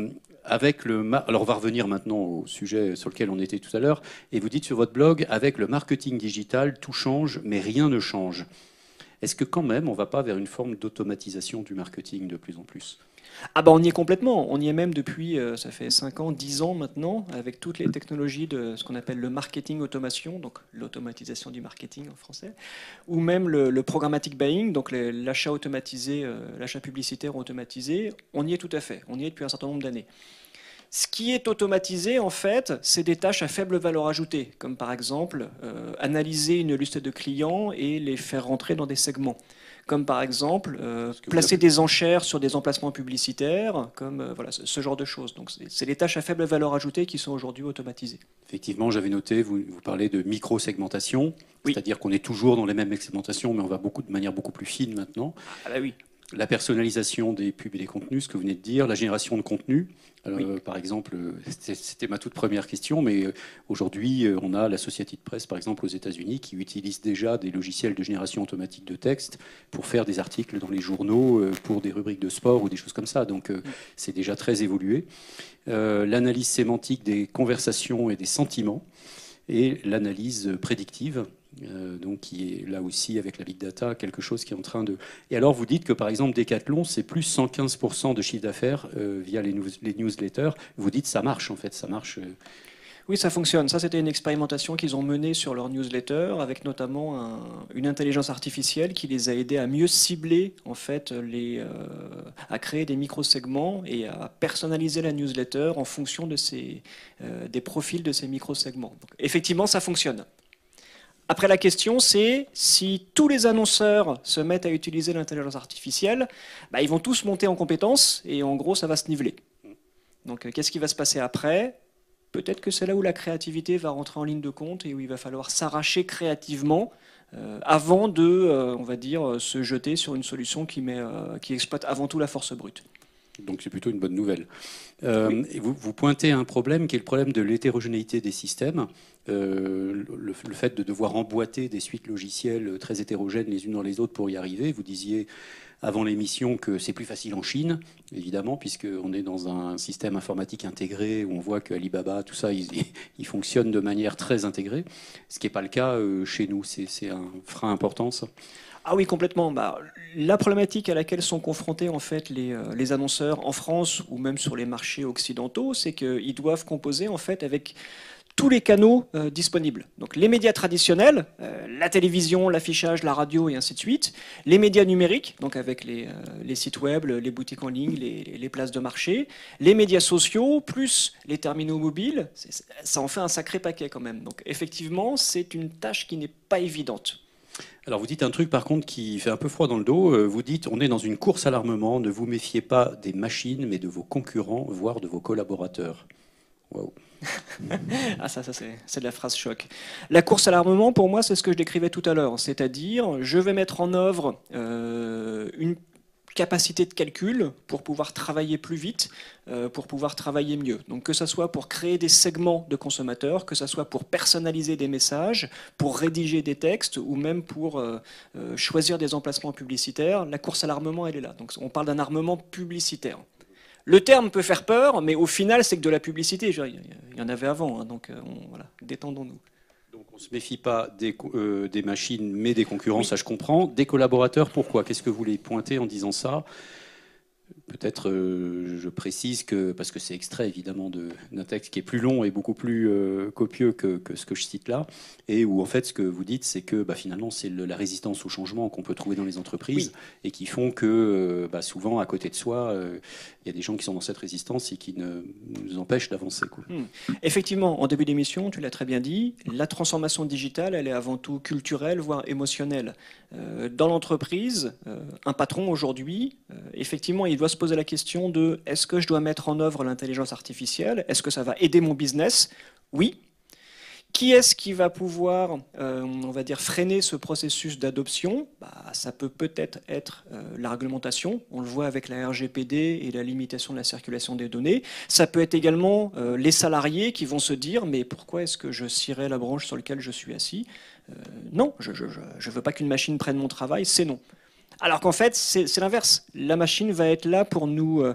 alors on va revenir maintenant au sujet sur lequel on était tout à l'heure, et vous dites sur votre blog, avec le marketing digital, tout change, mais rien ne change. Est-ce que quand même, on ne va pas vers une forme d'automatisation du marketing de plus en plus? Ah bah on y est complètement, on y est même depuis, ça fait 5 ans, 10 ans maintenant, avec toutes les technologies de ce qu'on appelle le marketing automation, donc l'automatisation du marketing en français, ou même le programmatic buying, donc l'achat automatisé, l'achat publicitaire automatisé, on y est tout à fait, on y est depuis un certain nombre d'années. Ce qui est automatisé, en fait, c'est des tâches à faible valeur ajoutée, comme par exemple analyser une liste de clients et les faire rentrer dans des segments. Comme par exemple placer des enchères sur des emplacements publicitaires, comme voilà, ce genre de choses. Donc c'est les tâches à faible valeur ajoutée qui sont aujourd'hui automatisées. Effectivement, j'avais noté, vous parlez de micro-segmentation, oui. C'est-à-dire qu'on est toujours dans les mêmes segmentations, mais on va de manière beaucoup plus fine maintenant. Ah bah oui. La personnalisation des pubs et des contenus, ce que vous venez de dire, la génération de contenu. Oui. Par exemple, c'était ma toute première question, mais aujourd'hui, on a l'Associated Press, par exemple, aux États-Unis, qui utilise déjà des logiciels de génération automatique de texte pour faire des articles dans les journaux, pour des rubriques de sport ou des choses comme ça. Donc, c'est déjà très évolué. L'analyse sémantique des conversations et des sentiments et l'analyse prédictive. Donc qui est là aussi avec la big data quelque chose qui est en train de... Et alors vous dites que par exemple Decathlon c'est plus 115% de chiffre d'affaires via les newsletters. Vous dites ça marche en fait, ça marche. Oui, ça fonctionne. Ça, c'était une expérimentation qu'ils ont menée sur leur newsletter, avec notamment une intelligence artificielle qui les a aidés à mieux cibler, en fait, à créer des micro-segments et à personnaliser la newsletter en fonction de des profils de ces micro-segments. Donc, effectivement, ça fonctionne. Après, la question, c'est si tous les annonceurs se mettent à utiliser l'intelligence artificielle, bah, ils vont tous monter en compétences et en gros, ça va se niveler. Donc, qu'est-ce qui va se passer après? Peut-être que c'est là où la créativité va rentrer en ligne de compte et où il va falloir s'arracher créativement avant de, on va dire, se jeter sur une solution qui exploite avant tout la force brute. Donc c'est plutôt une bonne nouvelle. Oui. Vous pointez un problème qui est le problème de l'hétérogénéité des systèmes, le fait de devoir emboîter des suites logicielles très hétérogènes les unes dans les autres pour y arriver. Vous disiez avant l'émission que c'est plus facile en Chine, évidemment, puisqu'on est dans un système informatique intégré où on voit qu'Alibaba, tout ça, ils fonctionnent de manière très intégrée, ce qui n'est pas le cas chez nous. C'est un frein important, ça. Ah oui, complètement. Bah, la problématique à laquelle sont confrontés en fait les annonceurs en France ou même sur les marchés occidentaux, c'est qu'ils doivent composer en fait avec tous les canaux disponibles. Donc les médias traditionnels, la télévision, l'affichage, la radio et ainsi de suite, les médias numériques, donc avec les sites web, les boutiques en ligne, les places de marché, les médias sociaux, plus les terminaux mobiles, ça en fait un sacré paquet quand même. Donc effectivement, c'est une tâche qui n'est pas évidente. Alors vous dites un truc par contre qui fait un peu froid dans le dos, vous dites on est dans une course à l'armement, ne vous méfiez pas des machines mais de vos concurrents, voire de vos collaborateurs. Waouh. Ah ça c'est de la phrase choc. La course à l'armement pour moi c'est ce que je décrivais tout à l'heure, c'est-à-dire je vais mettre en œuvre une capacité de calcul pour pouvoir travailler plus vite, pour pouvoir travailler mieux. Donc que ce soit pour créer des segments de consommateurs, que ce soit pour personnaliser des messages, pour rédiger des textes ou même pour choisir des emplacements publicitaires, la course à l'armement, elle est là. Donc on parle d'un armement publicitaire. Le terme peut faire peur, mais au final, c'est que de la publicité. Il y en avait avant, hein, donc voilà, détendons-nous. Donc on ne se méfie pas des machines, mais des concurrents, oui. Ça je comprends. Des collaborateurs, pourquoi? Qu'est-ce que vous voulez pointer en disant ça? Peut-être je précise que, parce que c'est extrait évidemment d'un texte qui est plus long et beaucoup plus copieux que ce que je cite là, et où en fait ce que vous dites, c'est que finalement c'est la résistance au changement qu'on peut trouver dans les entreprises, oui. Et qui font que souvent à côté de soi, il y a des gens qui sont dans cette résistance et qui nous empêchent d'avancer. Effectivement, en début d'émission, tu l'as très bien dit, la transformation digitale, elle est avant tout culturelle, voire émotionnelle. Dans l'entreprise, un patron aujourd'hui, effectivement, il doit se poser la question de est-ce que je dois mettre en œuvre l'intelligence artificielle? Est-ce que ça va aider mon business? Oui. Qui est-ce qui va pouvoir, on va dire, freiner ce processus d'adoption? Ça peut peut-être être la réglementation. On le voit avec la RGPD et la limitation de la circulation des données. Ça peut être également les salariés qui vont se dire mais pourquoi est-ce que je cirerais la branche sur laquelle je suis assis? Non, je ne veux pas qu'une machine prenne mon travail, c'est non. Alors qu'en fait, c'est l'inverse. La machine va être là pour nous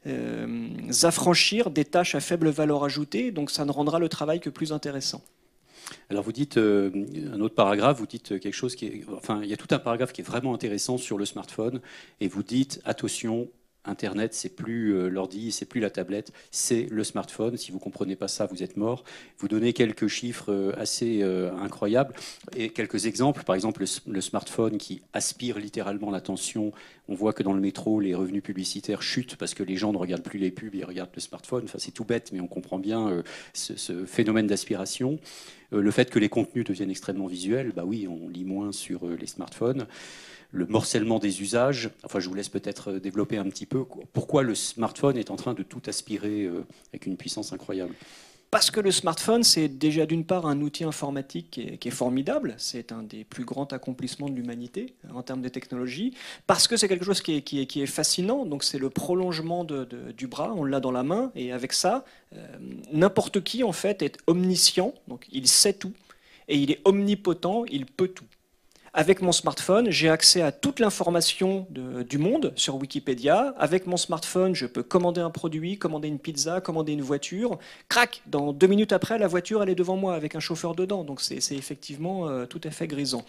affranchir des tâches à faible valeur ajoutée, donc ça ne rendra le travail que plus intéressant. Alors vous dites, un autre paragraphe, vous dites quelque chose qui est... Enfin, il y a tout un paragraphe qui est vraiment intéressant sur le smartphone, et vous dites, attention, Internet, c'est plus l'ordi, c'est plus la tablette, c'est le smartphone. Si vous ne comprenez pas ça, vous êtes mort. Vous donnez quelques chiffres assez incroyables et quelques exemples. Par exemple, le smartphone qui aspire littéralement l'attention. On voit que dans le métro, les revenus publicitaires chutent parce que les gens ne regardent plus les pubs, ils regardent le smartphone. Enfin, c'est tout bête, mais on comprend bien ce phénomène d'aspiration. Le fait que les contenus deviennent extrêmement visuels, oui, on lit moins sur les smartphones. Le morcellement des usages, enfin je vous laisse peut-être développer un petit peu. Pourquoi le smartphone est en train de tout aspirer avec une puissance incroyable? Parce que le smartphone, c'est déjà d'une part un outil informatique qui est formidable, c'est un des plus grands accomplissements de l'humanité en termes de technologie, parce que c'est quelque chose qui est fascinant, donc c'est le prolongement du bras, on l'a dans la main, et avec ça, n'importe qui en fait est omniscient, donc il sait tout, et il est omnipotent, il peut tout. Avec mon smartphone, j'ai accès à toute l'information du monde sur Wikipédia. Avec mon smartphone, je peux commander un produit, commander une pizza, commander une voiture. Crac, dans 2 minutes après, la voiture, elle est devant moi avec un chauffeur dedans. Donc c'est effectivement tout à fait grisant.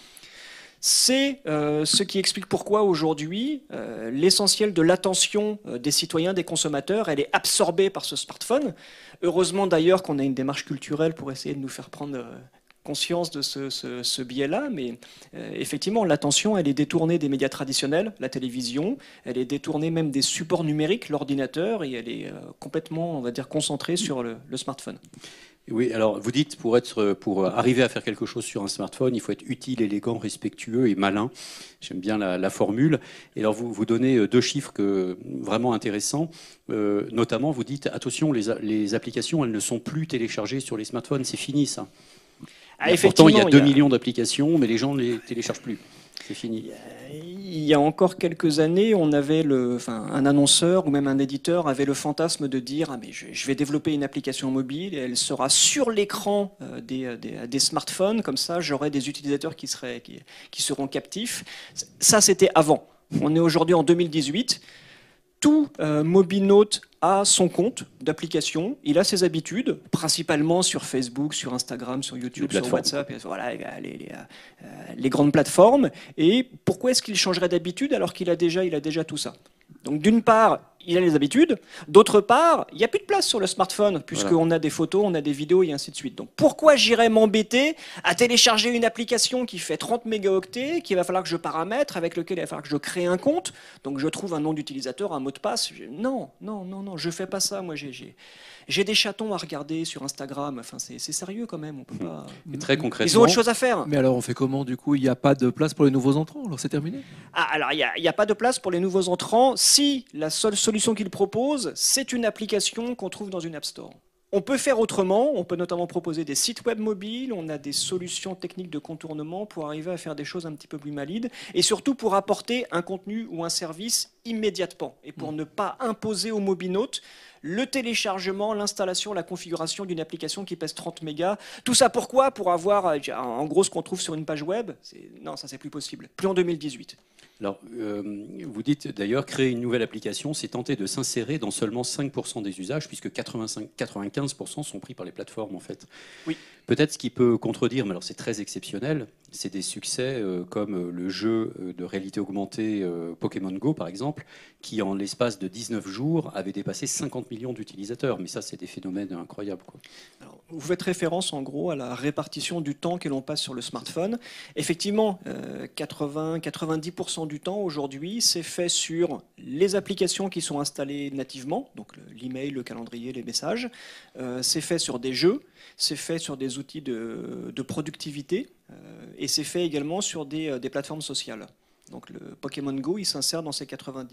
C'est ce qui explique pourquoi aujourd'hui, l'essentiel de l'attention des citoyens, des consommateurs, elle est absorbée par ce smartphone. Heureusement d'ailleurs qu'on a une démarche culturelle pour essayer de nous faire prendre... conscience de ce biais-là, mais effectivement, l'attention, elle est détournée des médias traditionnels, la télévision, elle est détournée même des supports numériques, l'ordinateur, et elle est complètement, on va dire, concentrée sur le smartphone. Oui, alors vous dites, pour arriver à faire quelque chose sur un smartphone, il faut être utile, élégant, respectueux et malin. J'aime bien la formule. Et alors vous donnez 2 chiffres vraiment intéressants. Notamment, vous dites, attention, les applications, elles ne sont plus téléchargées sur les smartphones, c'est fini ça. Pourtant, il y a 2 millions d'applications, mais les gens ne les téléchargent plus. C'est fini. Il y a encore quelques années, on avait un annonceur ou même un éditeur avait le fantasme de dire mais je vais développer une application mobile et elle sera sur l'écran des smartphones, comme ça j'aurai des utilisateurs qui seront captifs. Ça, c'était avant. On est aujourd'hui en 2018. Tout mobinaute a son compte d'application, il a ses habitudes, principalement sur Facebook, sur Instagram, sur YouTube, sur WhatsApp, voilà, les grandes plateformes. Et pourquoi est-ce qu'il changerait d'habitude alors qu'il a déjà tout ça? Donc d'une part, il a les habitudes, d'autre part, il n'y a plus de place sur le smartphone, puisqu'on a des photos, on a des vidéos et ainsi de suite. Donc pourquoi j'irais m'embêter à télécharger une application qui fait 30 mégaoctets, qu'il va falloir que je paramètre, avec lequel il va falloir que je crée un compte, donc je trouve un nom d'utilisateur, un mot de passe. Non, je ne fais pas ça. Moi, j'ai des chatons à regarder sur Instagram. Enfin, c'est sérieux quand même. On peut pas... Et très concrètement, ils ont autre chose à faire. Mais alors, on fait comment du coup? Il n'y a pas de place pour les nouveaux entrants? Alors, c'est terminé? Alors, il n'y a pas de place pour les nouveaux entrants si la seule solution qu'ils proposent, c'est une application qu'on trouve dans une App Store. On peut faire autrement, on peut notamment proposer des sites web mobiles, on a des solutions techniques de contournement pour arriver à faire des choses un petit peu plus valides, et surtout pour apporter un contenu ou un service immédiatement et pour ne pas imposer aux mobinautes le téléchargement, l'installation, la configuration d'une application qui pèse 30 mégas. Tout ça pourquoi? Pour avoir en gros ce qu'on trouve sur une page web. Non, ça c'est plus possible. Plus en 2018. Alors, vous dites d'ailleurs, créer une nouvelle application, c'est tenter de s'insérer dans seulement 5% des usages, puisque 95% sont pris par les plateformes, en fait. Oui. Peut-être ce qui peut contredire, mais alors c'est très exceptionnel, c'est des succès comme le jeu de réalité augmentée Pokémon Go, par exemple, qui, en l'espace de 19 jours, avait dépassé 50 millions d'utilisateurs. Mais ça, c'est des phénomènes incroyables, quoi. Alors, vous faites référence, en gros, à la répartition du temps que l'on passe sur le smartphone. Effectivement, 90% du temps, aujourd'hui, c'est fait sur les applications qui sont installées nativement, donc l'email, le calendrier, les messages. C'est fait sur des jeux, c'est fait sur des outils de productivité, et c'est fait également sur des plateformes sociales. Donc le Pokémon Go, il s'insère dans ces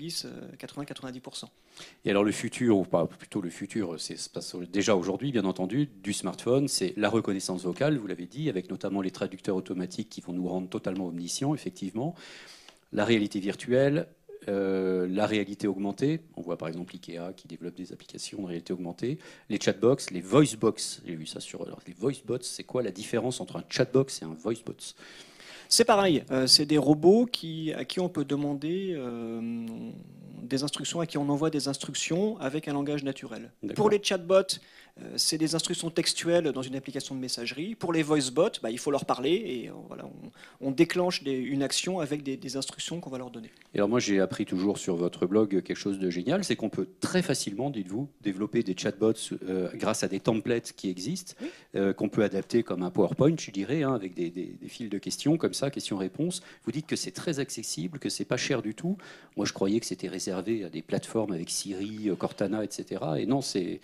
80-90%. Et alors le futur, ou pas plutôt le futur, c'est se passe déjà aujourd'hui, bien entendu, du smartphone, c'est la reconnaissance vocale, vous l'avez dit, avec notamment les traducteurs automatiques qui vont nous rendre totalement omniscients, effectivement. La réalité virtuelle, la réalité augmentée. On voit par exemple Ikea qui développe des applications de réalité augmentée. Les chatbox, les voicebox. J'ai vu ça sur... Alors, les voicebots, c'est quoi la différence entre un chatbox et un voicebot? C'est pareil, c'est des robots à qui on peut demander des instructions, à qui on envoie des instructions avec un langage naturel. Pour les chatbots, c'est des instructions textuelles dans une application de messagerie. Pour les voicebots, il faut leur parler et voilà, on déclenche une action avec des instructions qu'on va leur donner. Et alors moi, j'ai appris toujours sur votre blog quelque chose de génial, c'est qu'on peut très facilement, dites-vous, développer des chatbots grâce à des templates qui existent, qu'on peut adapter comme un PowerPoint, je dirais, hein, avec des fils de questions comme ça, questions-réponses. Vous dites que c'est très accessible, que c'est pas cher du tout. Moi, je croyais que c'était réservé à des plateformes avec Siri, Cortana, etc. Et non, c'est...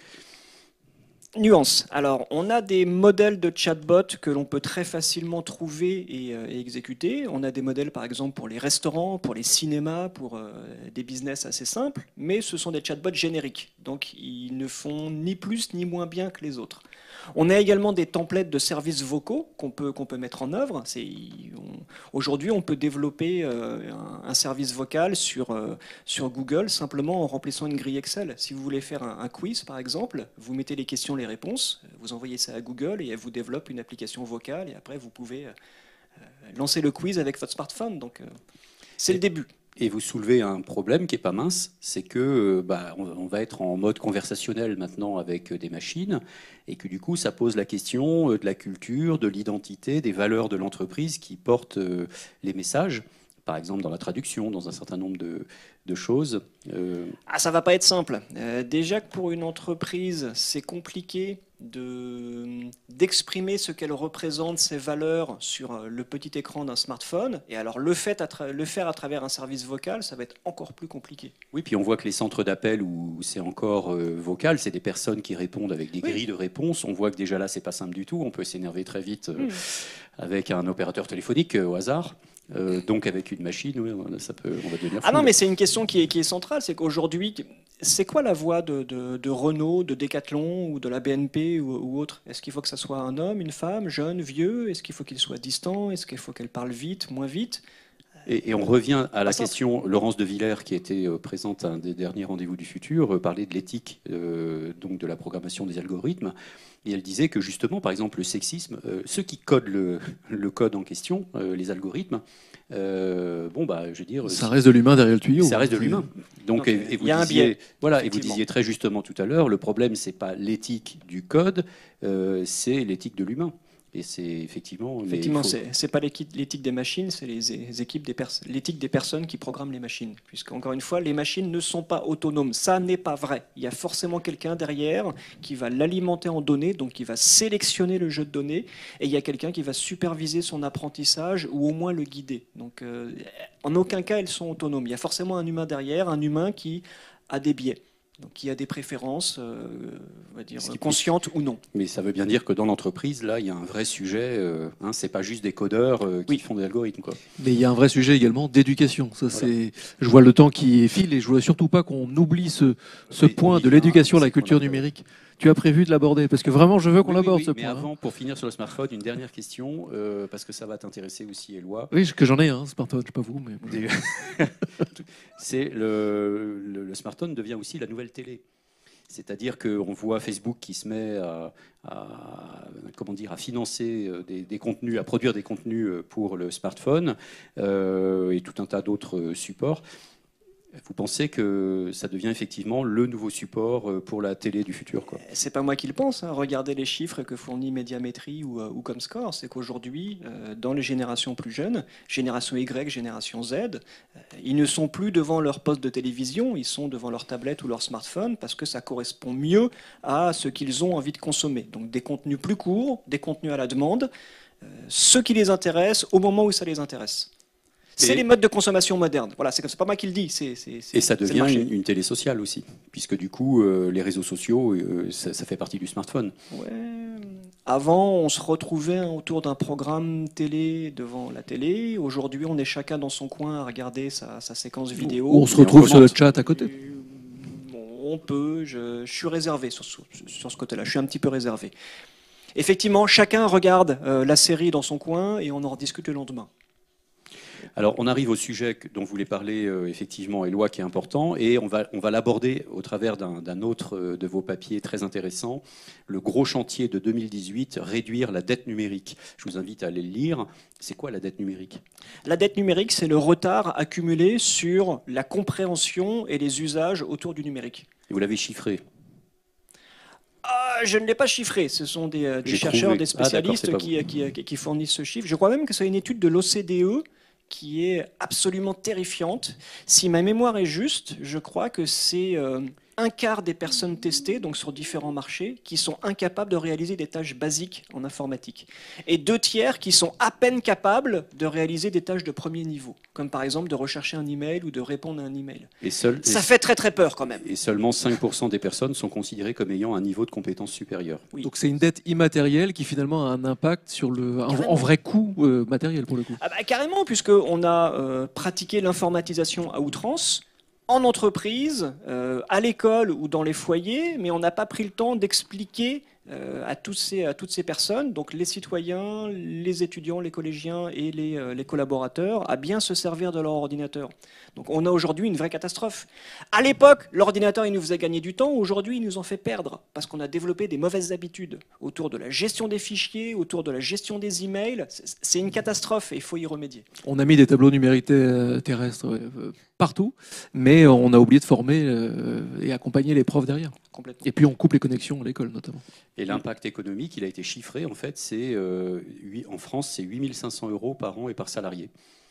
Nuance. Alors, on a des modèles de chatbot que l'on peut très facilement trouver et exécuter. On a des modèles, par exemple, pour les restaurants, pour les cinémas, pour des business assez simples, mais ce sont des chatbots génériques. Donc, ils ne font ni plus ni moins bien que les autres. On a également des templates de services vocaux qu'on peut mettre en œuvre. Aujourd'hui, on peut développer un service vocal sur Google simplement en remplissant une grille Excel. Si vous voulez faire un quiz, par exemple, vous mettez les questions, les réponses, vous envoyez ça à Google et elle vous développe une application vocale et après, vous pouvez lancer le quiz avec votre smartphone. Donc, c'est le début. Et vous soulevez un problème qui n'est pas mince, c'est que on va être en mode conversationnel maintenant avec des machines, et que du coup ça pose la question de la culture, de l'identité, des valeurs de l'entreprise qui portent les messages, par exemple dans la traduction, dans un certain nombre de choses. Ça va pas être simple. Déjà que pour une entreprise, c'est compliqué d'exprimer ce qu'elle représente, ses valeurs sur le petit écran d'un smartphone. Et alors le faire à travers un service vocal, ça va être encore plus compliqué. Oui, puis on voit que les centres d'appel où c'est encore vocal, c'est des personnes qui répondent avec des grilles de réponses. On voit que déjà là, c'est pas simple du tout. On peut s'énerver très vite avec un opérateur téléphonique au hasard. Donc avec une machine, oui, on va devenir fou. Non, mais c'est une question qui est centrale. C'est qu'aujourd'hui, c'est quoi la voix de Renault, de Decathlon ou de la BNP ou autre? Est-ce qu'il faut que ça soit un homme, une femme, jeune, vieux? Est-ce qu'il faut qu'il soit distant? Est-ce qu'il faut qu'elle parle vite, moins vite? Et on revient à la question, Laurence de Villers, qui était présente à un des derniers rendez-vous du futur, parlait de l'éthique donc de la programmation des algorithmes. Et elle disait que justement, par exemple, le sexisme, ceux qui codent le code en question, les algorithmes, je veux dire... Ça reste de l'humain derrière le tuyau. Ça reste de l'humain. Donc, et vous disiez, voilà, et vous disiez très justement tout à l'heure, le problème, c'est pas l'éthique du code, c'est l'éthique de l'humain. Et c'est effectivement... c'est pas l'éthique des machines, c'est l'éthique des personnes qui programment les machines. Puisqu'encore une fois, les machines ne sont pas autonomes. Ça n'est pas vrai. Il y a forcément quelqu'un derrière qui va l'alimenter en données, donc qui va sélectionner le jeu de données, et il y a quelqu'un qui va superviser son apprentissage ou au moins le guider. Donc, en aucun cas, elles sont autonomes. Il y a forcément un humain derrière, un humain qui a des biais. Donc, il y a des préférences, on va dire, conscientes ou non. Mais ça veut bien dire que dans l'entreprise, là, il y a un vrai sujet. C'est pas juste des codeurs qui font des algorithmes, quoi. Mais il y a un vrai sujet également d'éducation. Je vois le temps qui file et je ne voudrais surtout pas qu'on oublie ce point de l'éducation à la culture numérique. tu as prévu de l'aborder? Parce que vraiment, je veux qu'on l'aborde ce mais point. avant, pour finir sur le smartphone, une dernière question, parce que ça va t'intéresser aussi, Éloi. Oui, que j'en ai un smartphone, je sais pas vous. Mais... C'est le smartphone devient aussi la nouvelle télé. C'est-à-dire qu'on voit Facebook qui se met à financer des contenus, à produire des contenus pour le smartphone et tout un tas d'autres supports. Vous pensez que ça devient effectivement le nouveau support pour la télé du futur, quoi? C'est pas moi qui le pense. Regardez les chiffres que fournit Médiamétrie ou Comscore. C'est qu'aujourd'hui, dans les générations plus jeunes, génération Y, génération Z, ils ne sont plus devant leur poste de télévision, ils sont devant leur tablette ou leur smartphone parce que ça correspond mieux à ce qu'ils ont envie de consommer. Donc des contenus plus courts, des contenus à la demande, ceux qui les intéressent au moment où ça les intéresse. C'est les modes de consommation modernes. Voilà, c'est pas moi qui le dis. Et ça devient une télé sociale aussi, puisque du coup, les réseaux sociaux, ça fait partie du smartphone. Ouais. Avant, on se retrouvait autour d'un programme télé devant la télé. Aujourd'hui, on est chacun dans son coin à regarder sa séquence vidéo. On se retrouve sur le chat à côté. On peut. Je suis réservé sur ce côté-là. Je suis un petit peu réservé. Effectivement, chacun regarde la série dans son coin et on en rediscute le lendemain. Alors, on arrive au sujet dont vous voulez parler, effectivement, Éloi, qui est important, et on va l'aborder au travers d'un autre de vos papiers très intéressant, le gros chantier de 2018, réduire la dette numérique. Je vous invite à aller le lire. C'est quoi la dette numérique? La dette numérique, c'est le retard accumulé sur la compréhension et les usages autour du numérique. Et vous l'avez chiffré? Je ne l'ai pas chiffré. Ce sont des chercheurs, des spécialistes qui fournissent ce chiffre. Je crois même que c'est une étude de l'OCDE qui est absolument terrifiante. Si ma mémoire est juste, je crois que c'est un quart des personnes testées, donc sur différents marchés, qui sont incapables de réaliser des tâches basiques en informatique. Et 2 tiers qui sont à peine capables de réaliser des tâches de premier niveau, comme par exemple de rechercher un email ou de répondre à un email. Ça fait très très peur quand même. Et seulement 5% des personnes sont considérées comme ayant un niveau de compétence supérieur. Oui. Donc c'est une dette immatérielle qui finalement a un impact sur un vrai coût matériel pour le coup. Ah bah, carrément, puisqu'on a pratiqué l'informatisation à outrance, en entreprise, à l'école ou dans les foyers, mais on n'a pas pris le temps d'expliquer à toutes ces personnes, donc les citoyens, les étudiants, les collégiens et les collaborateurs, à bien se servir de leur ordinateur. Donc on a aujourd'hui une vraie catastrophe. À l'époque, l'ordinateur, il nous faisait gagner du temps. Aujourd'hui, il nous en fait perdre parce qu'on a développé des mauvaises habitudes autour de la gestion des fichiers, autour de la gestion des emails. C'est une catastrophe et il faut y remédier. On a mis des tableaux numériques terrestres partout, mais on a oublié de former et accompagner les profs derrière. Complètement. Et puis on coupe les connexions à l'école notamment. Et l'impact économique, il a été chiffré, en fait, c'est en France, c'est 8 500 € par an et par salarié.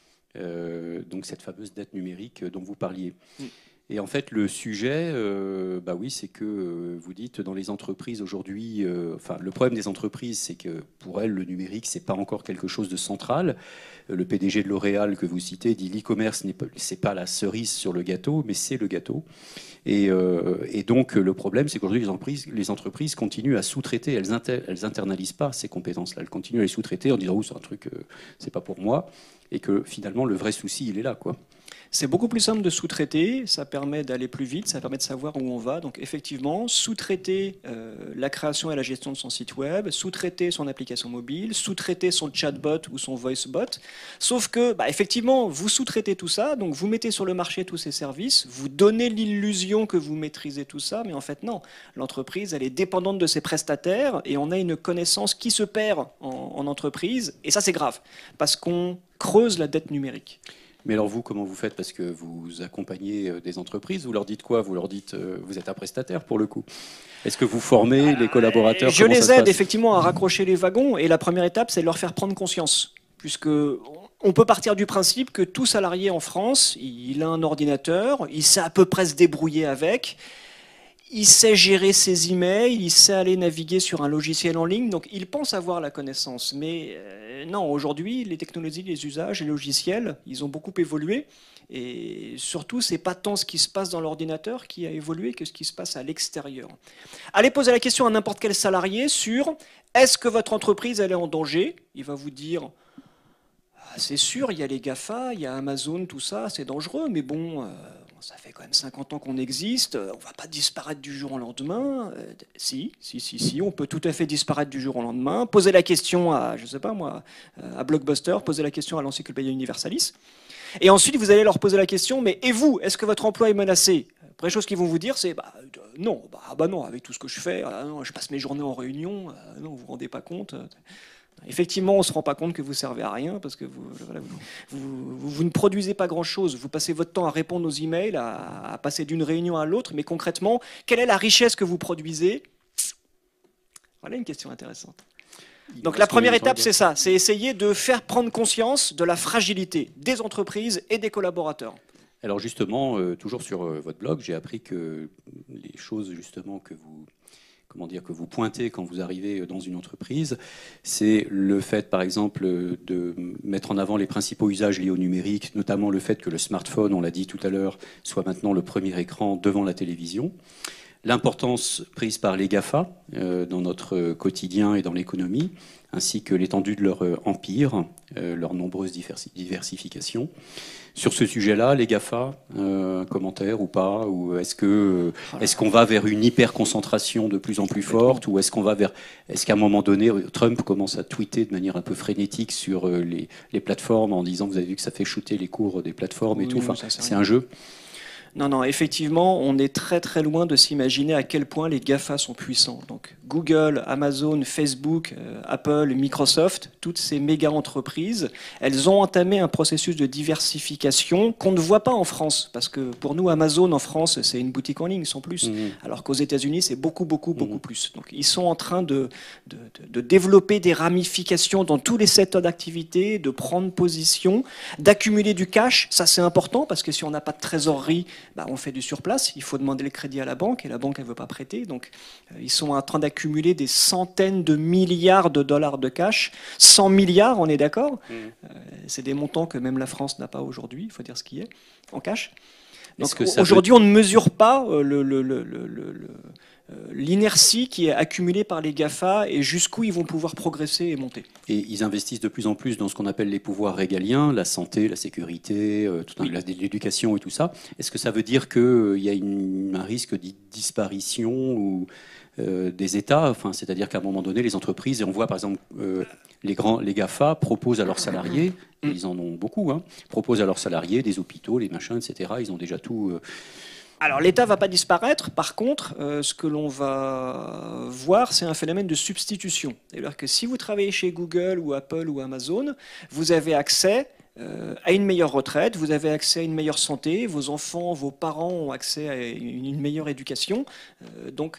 Donc cette fameuse dette numérique dont vous parliez. Et en fait, le sujet, oui, c'est que vous dites dans les entreprises aujourd'hui, le problème des entreprises, c'est que pour elles, le numérique, c'est pas encore quelque chose de central. Le PDG de L'Oréal que vous citez dit l'e-commerce, c'est pas la cerise sur le gâteau, mais c'est le gâteau. Et donc le problème, c'est qu'aujourd'hui les entreprises continuent à sous-traiter. Elles internalisent pas ces compétences-là. Elles continuent à les sous-traiter en disant c'est un truc, c'est pas pour moi. Et que finalement le vrai souci, il est là, quoi. C'est beaucoup plus simple de sous-traiter, ça permet d'aller plus vite, ça permet de savoir où on va. Donc effectivement, sous-traiter la création et la gestion de son site web, sous-traiter son application mobile, sous-traiter son chatbot ou son voicebot. Sauf que, effectivement, vous sous-traitez tout ça, donc vous mettez sur le marché tous ces services, vous donnez l'illusion que vous maîtrisez tout ça, mais en fait non. L'entreprise, elle est dépendante de ses prestataires et on a une connaissance qui se perd en entreprise. Et ça, c'est grave, parce qu'on creuse la dette numérique. Mais alors vous, comment vous faites? Parce que vous accompagnez des entreprises, vous leur dites quoi? Vous leur dites, vous êtes un prestataire pour le coup. Est-ce que vous formez les collaborateurs? Je les aide effectivement à raccrocher les wagons et la première étape, c'est de leur faire prendre conscience. Puisque on peut partir du principe que tout salarié en France, il a un ordinateur, il sait à peu près se débrouiller avec, il sait gérer ses emails, il sait aller naviguer sur un logiciel en ligne, donc il pense avoir la connaissance. Mais non, aujourd'hui, les technologies, les usages, les logiciels, ils ont beaucoup évolué. Et surtout, c'est pas tant ce qui se passe dans l'ordinateur qui a évolué que ce qui se passe à l'extérieur. Allez poser la question à n'importe quel salarié sur est-ce que votre entreprise elle est en danger? Il va vous dire c'est sûr, il y a les GAFA, il y a Amazon, tout ça, c'est dangereux, mais bon, ça fait quand même 50 ans qu'on existe, on ne va pas disparaître du jour au lendemain. Si, on peut tout à fait disparaître du jour au lendemain. Poser la question à, je sais pas moi, à Blockbuster, poser la question à l'Encyclopédia Universalis. Et ensuite, vous allez leur poser la question, mais et vous, est-ce que votre emploi est menacé? La première chose qu'ils vont vous dire, c'est non, non, avec tout ce que je fais, non, je passe mes journées en réunion, non, vous vous rendez pas compte. Effectivement, on ne se rend pas compte que vous servez à rien parce que vous ne produisez pas grand-chose. Vous passez votre temps à répondre aux emails, à passer d'une réunion à l'autre, mais concrètement, quelle est la richesse que vous produisez? Voilà une question intéressante. Donc la première étape, c'est ça, c'est essayer de faire prendre conscience de la fragilité des entreprises et des collaborateurs. Alors justement, toujours sur votre blog, j'ai appris que les choses justement que vous pointez quand vous arrivez dans une entreprise, c'est le fait, par exemple, de mettre en avant les principaux usages liés au numérique, notamment le fait que le smartphone, on l'a dit tout à l'heure, soit maintenant le premier écran devant la télévision. L'importance prise par les GAFA dans notre quotidien et dans l'économie, ainsi que l'étendue de leur empire, leur nombreuse diversification. Sur ce sujet-là, les GAFA, commentaires ou pas, ou est-ce qu'on va vers une hyper-concentration de plus en plus forte, ou est-ce qu'à un moment donné, Trump commence à tweeter de manière un peu frénétique sur les plateformes en disant, vous avez vu que ça fait shooter les cours des plateformes et tout, enfin, c'est un jeu. Non, effectivement, on est très très loin de s'imaginer à quel point les GAFA sont puissants. Donc Google, Amazon, Facebook, Apple, Microsoft, toutes ces méga-entreprises, elles ont entamé un processus de diversification qu'on ne voit pas en France. Parce que pour nous, Amazon en France, c'est une boutique en ligne, sans plus. Alors qu'aux États-Unis, c'est beaucoup plus. Donc ils sont en train de développer des ramifications dans tous les secteurs d'activité, de prendre position, d'accumuler du cash. Ça, c'est important parce que si on n'a pas de trésorerie, on fait du surplace, il faut demander le crédit à la banque et la banque elle veut pas prêter, donc ils sont en train d'accumuler des centaines de milliards de dollars de cash, 100 milliards, on est d'accord, c'est des montants que même la France n'a pas aujourd'hui, il faut dire ce qui est, en cash. Donc aujourd'hui on ne mesure pas l'inertie qui est accumulée par les GAFA et jusqu'où ils vont pouvoir progresser et monter. Et ils investissent de plus en plus dans ce qu'on appelle les pouvoirs régaliens, la santé, la sécurité, l'éducation et tout ça. Est-ce que ça veut dire qu'il y a un risque de disparition des États, enfin, c'est-à-dire qu'à un moment donné, les entreprises, et on voit par exemple les GAFA proposent à leurs salariés, et ils en ont beaucoup, proposent à leurs salariés des hôpitaux, les machins, etc. Ils ont déjà tout... Alors l'État ne va pas disparaître, par contre, ce que l'on va voir, c'est un phénomène de substitution. C'est-à-dire que si vous travaillez chez Google ou Apple ou Amazon, vous avez accès à une meilleure retraite, vous avez accès à une meilleure santé, vos enfants, vos parents ont accès à une meilleure éducation. Donc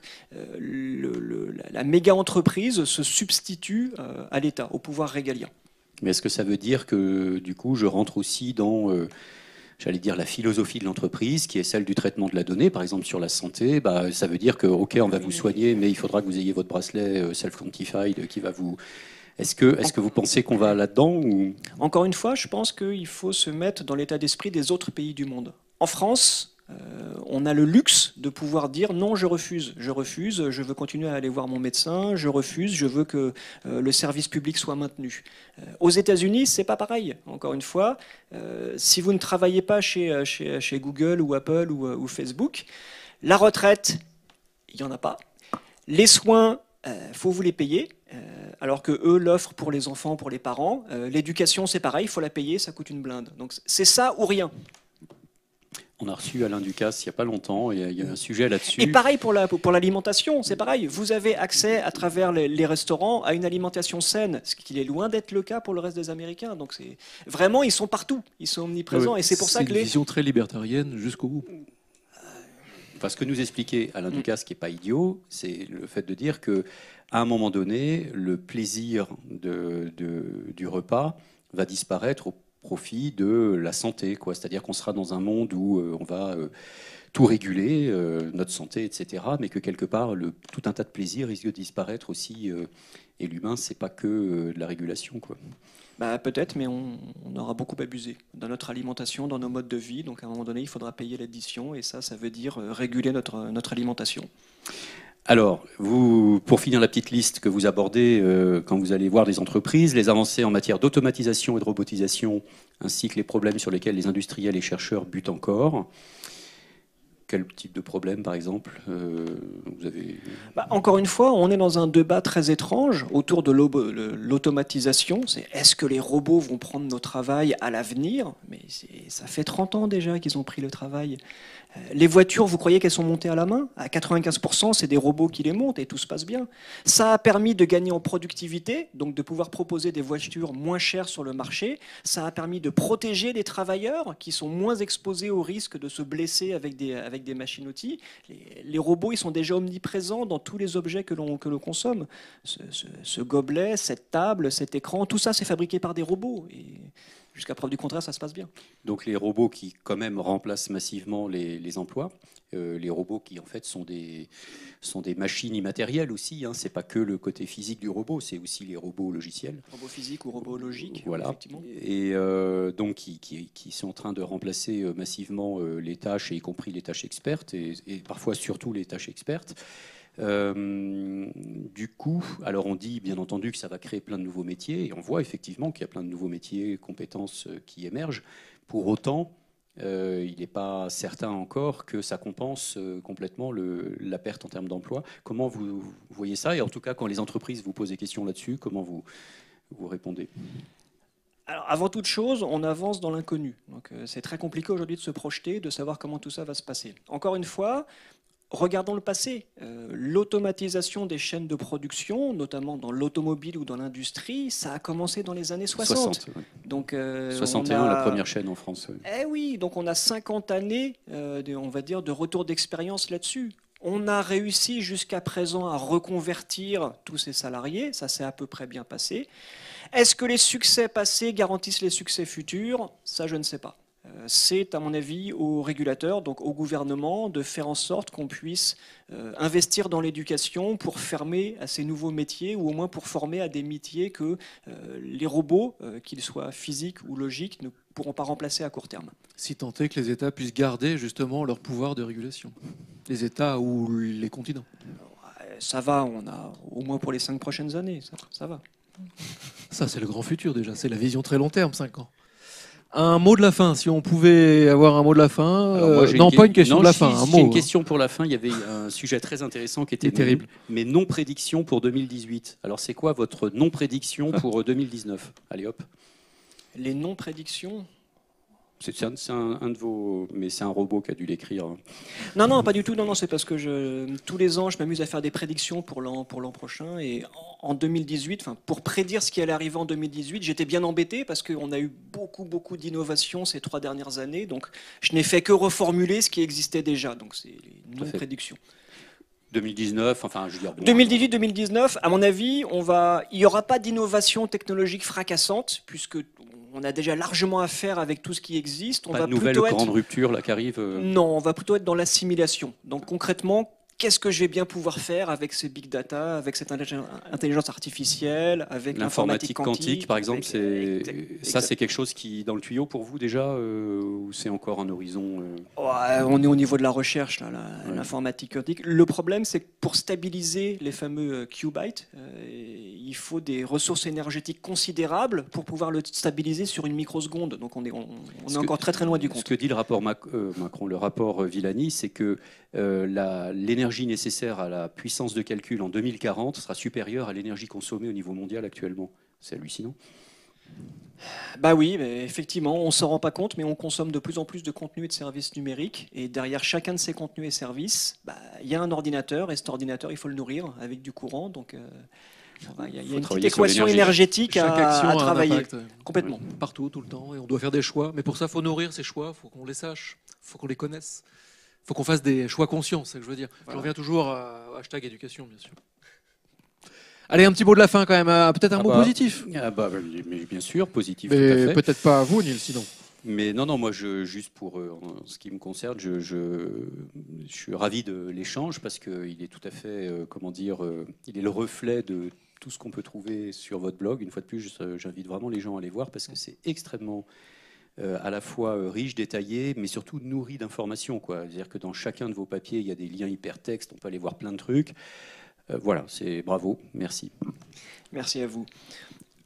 la méga-entreprise se substitue à l'État, au pouvoir régalien. Mais est-ce que ça veut dire que du coup je rentre aussi dans... j'allais dire la philosophie de l'entreprise, qui est celle du traitement de la donnée, par exemple sur la santé, ça veut dire que, ok, on va vous soigner, mais il faudra que vous ayez votre bracelet self-quantified qui va vous... Est-ce que vous pensez qu'on va là-dedans ou... Encore une fois, je pense qu'il faut se mettre dans l'état d'esprit des autres pays du monde. En France, on a le luxe de pouvoir dire non, je refuse, je veux continuer à aller voir mon médecin, je refuse, je veux que le service public soit maintenu. Aux États-Unis, c'est pas pareil. Encore une fois, si vous ne travaillez pas chez Google ou Apple ou Facebook, la retraite, il n'y en a pas. Les soins, faut vous les payer. Alors que eux l'offrent pour les enfants, pour les parents. L'éducation, c'est pareil, il faut la payer, ça coûte une blinde. Donc c'est ça ou rien. On a reçu Alain Ducasse il n'y a pas longtemps, et il y a un sujet là-dessus. Et pareil pour l'alimentation, c'est pareil. Vous avez accès à travers les restaurants à une alimentation saine, ce qui est loin d'être le cas pour le reste des Américains. Donc vraiment, ils sont partout, ils sont omniprésents. Et c'est pour ça que c'est une vision très libertarienne jusqu'au bout. Parce que nous expliquait Alain Ducasse, qui n'est pas idiot, c'est le fait de dire que à un moment donné, le plaisir du repas va disparaître au profit de la santé, quoi. C'est-à-dire qu'on sera dans un monde où on va tout réguler, notre santé, etc., mais que quelque part, tout un tas de plaisirs risque de disparaître aussi. Et l'humain, c'est pas que de la régulation, quoi. Peut-être, mais on aura beaucoup abusé dans notre alimentation, dans nos modes de vie. Donc à un moment donné, il faudra payer l'addition, et ça veut dire réguler notre alimentation. Alors, pour finir la petite liste que vous abordez quand vous allez voir des entreprises, les avancées en matière d'automatisation et de robotisation, ainsi que les problèmes sur lesquels les industriels et chercheurs butent encore. quel type de problème, par exemple vous avez... Encore une fois, on est dans un débat très étrange autour de l'automatisation. Est-ce que les robots vont prendre nos travail à l'avenir? Mais ça fait 30 ans déjà qu'ils ont pris le travail. Les voitures, vous croyez qu'elles sont montées à la main? À 95%, c'est des robots qui les montent et tout se passe bien. Ça a permis de gagner en productivité, donc de pouvoir proposer des voitures moins chères sur le marché. Ça a permis de protéger les travailleurs qui sont moins exposés au risque de se blesser avec des machines-outils. Les robots, ils sont déjà omniprésents dans tous les objets que l'on consomme. Ce gobelet, cette table, cet écran, tout ça, c'est fabriqué par des robots. Et jusqu'à preuve du contraire, ça se passe bien. Donc les robots qui quand même remplacent massivement les emplois, les robots qui en fait sont des machines immatérielles aussi, hein. C'est pas que le côté physique du robot, c'est aussi les robots logiciels. Robots physiques ou robots logiques, voilà. Effectivement. Et donc qui sont en train de remplacer massivement les tâches, y compris les tâches expertes, et parfois surtout les tâches expertes. Du coup, alors on dit bien entendu que ça va créer plein de nouveaux métiers, et on voit effectivement qu'il y a plein de nouveaux métiers, compétences qui émergent. Pour autant, il n'est pas certain encore que ça compense complètement la perte en termes d'emploi. Comment vous voyez ça? Et en tout cas, quand les entreprises vous posent des questions là-dessus, comment vous répondez? Alors, avant toute chose, on avance dans l'inconnu. Donc, c'est très compliqué aujourd'hui de se projeter, de savoir comment tout ça va se passer. Encore une fois, regardons le passé. L'automatisation des chaînes de production, notamment dans l'automobile ou dans l'industrie, ça a commencé dans les années 60. Ouais. Donc, 61, la première chaîne en France. Ouais. Eh oui, donc on a 50 années, on va dire, de retour d'expérience là-dessus. On a réussi jusqu'à présent à reconvertir tous ces salariés, ça s'est à peu près bien passé. Est-ce que les succès passés garantissent les succès futurs? Ça, je ne sais pas. C'est, à mon avis, aux régulateurs, donc au gouvernement, de faire en sorte qu'on puisse investir dans l'éducation pour former à ces nouveaux métiers, ou au moins pour former à des métiers que les robots, qu'ils soient physiques ou logiques, ne pourront pas remplacer à court terme. Si tant est que les États puissent garder justement leur pouvoir de régulation. Les États ou les continents. Ça va, on a au moins pour les 5 prochaines années, ça va. Ça, c'est le grand futur déjà, c'est la vision très long terme, 5 ans. Un mot de la fin, si on pouvait avoir un mot de la fin. Non, pas une question de la fin, un mot. J'ai une question pour la fin. Il y avait un sujet très intéressant qui était terrible. Mais non-prédiction pour 2018. Alors, c'est quoi votre non-prédiction pour 2019? Allez, hop. Les non-prédictions? C'est un de vos... Mais c'est un robot qui a dû l'écrire. Non, pas du tout. Non, c'est parce que tous les ans, je m'amuse à faire des prédictions pour l'an prochain. Et en 2018, pour prédire ce qui allait arriver en 2018, j'étais bien embêté parce qu'on a eu beaucoup d'innovations ces 3 dernières années. Donc, je n'ai fait que reformuler ce qui existait déjà. Donc, c'est les non-prédictions. 2019, enfin, je veux dire... Bon, 2018-2019, à mon avis, il n'y aura pas d'innovation technologique fracassante, puisque on a déjà largement à faire avec tout ce qui existe. Pas de nouvelle grande rupture là qui arrive. Non, on va plutôt être dans l'assimilation. Donc concrètement, qu'est-ce que je vais bien pouvoir faire avec ces big data, avec cette intelligence artificielle, avec l'informatique quantique, par exemple, c'est quelque chose qui dans le tuyau pour vous déjà, ou c'est encore un horizon On est au niveau de la recherche, l'informatique quantique. Le problème, c'est que pour stabiliser les fameux qubits, il faut des ressources énergétiques considérables pour pouvoir le stabiliser sur une microseconde. Donc on est encore très loin du compte. Ce que dit le rapport Macron, le rapport Villani, c'est que l'énergie nécessaire à la puissance de calcul en 2040 sera supérieure à l'énergie consommée au niveau mondial actuellement. C'est hallucinant. Bah oui, mais effectivement, on ne s'en rend pas compte, mais on consomme de plus en plus de contenus et de services numériques. Et derrière chacun de ces contenus et services, il y a un ordinateur, et cet ordinateur, il faut le nourrir avec du courant. Donc il y a une petite équation énergétique à travailler. Impact, complètement, partout, tout le temps. Et on doit faire des choix. Mais pour ça, il faut nourrir ces choix, il faut qu'on les sache, il faut qu'on les connaisse. Il faut qu'on fasse des choix conscients, c'est ce que je veux dire. Voilà. Je reviens toujours à hashtag éducation, bien sûr. Allez, un petit mot de la fin quand même, peut-être un mot positif. Mais bien sûr, positif. Mais peut-être pas à vous, Nils, sinon. Mais non, moi, juste pour ce qui me concerne, je suis ravi de l'échange parce qu'il est tout à fait, il est le reflet de tout ce qu'on peut trouver sur votre blog. Une fois de plus, j'invite vraiment les gens à aller voir parce que c'est extrêmement... à la fois riche, détaillé, mais surtout nourri d'informations. C'est-à-dire que dans chacun de vos papiers, il y a des liens hypertextes, on peut aller voir plein de trucs. Voilà, c'est bravo, merci. Merci à vous.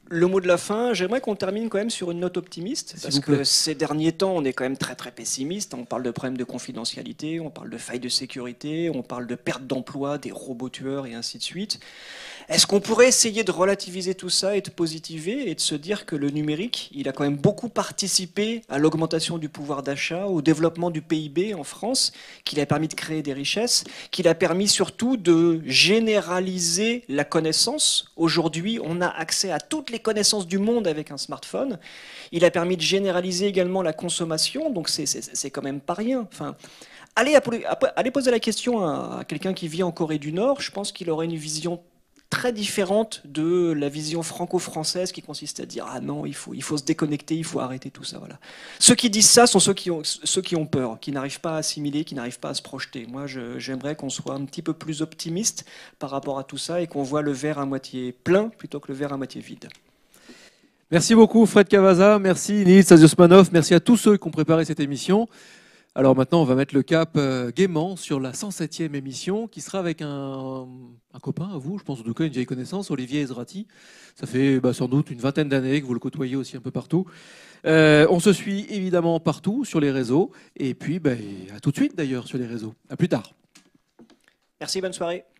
Le mot de la fin, j'aimerais qu'on termine quand même sur une note optimiste, parce que ces derniers temps, on est quand même très très pessimiste. On parle de problèmes de confidentialité, on parle de failles de sécurité, on parle de perte d'emploi, des robots tueurs et ainsi de suite. Est-ce qu'on pourrait essayer de relativiser tout ça et de positiver et de se dire que le numérique, il a quand même beaucoup participé à l'augmentation du pouvoir d'achat, au développement du PIB en France, qu'il a permis de créer des richesses, qu'il a permis surtout de généraliser la connaissance. Aujourd'hui, on a accès à toutes les connaissances du monde avec un smartphone. Il a permis de généraliser également la consommation, donc c'est quand même pas rien. Enfin, allez poser la question à quelqu'un qui vit en Corée du Nord, je pense qu'il aurait une vision très différente de la vision franco-française qui consiste à dire « Ah non, il faut se déconnecter, il faut arrêter tout ça. » Voilà. Ceux qui disent ça sont ceux qui ont peur, qui n'arrivent pas à assimiler, qui n'arrivent pas à se projeter. Moi, j'aimerais qu'on soit un petit peu plus optimiste par rapport à tout ça et qu'on voit le verre à moitié plein plutôt que le verre à moitié vide. Merci beaucoup Fred Cavazza, merci Nils Aziosmanov, merci à tous ceux qui ont préparé cette émission. Alors maintenant, on va mettre le cap gaiement sur la 107e émission qui sera avec un copain à vous, je pense en tout cas une vieille connaissance, Olivier Ezrati. Ça fait sans doute une vingtaine d'années que vous le côtoyez aussi un peu partout. On se suit évidemment partout sur les réseaux et puis à tout de suite d'ailleurs sur les réseaux. À plus tard. Merci, bonne soirée.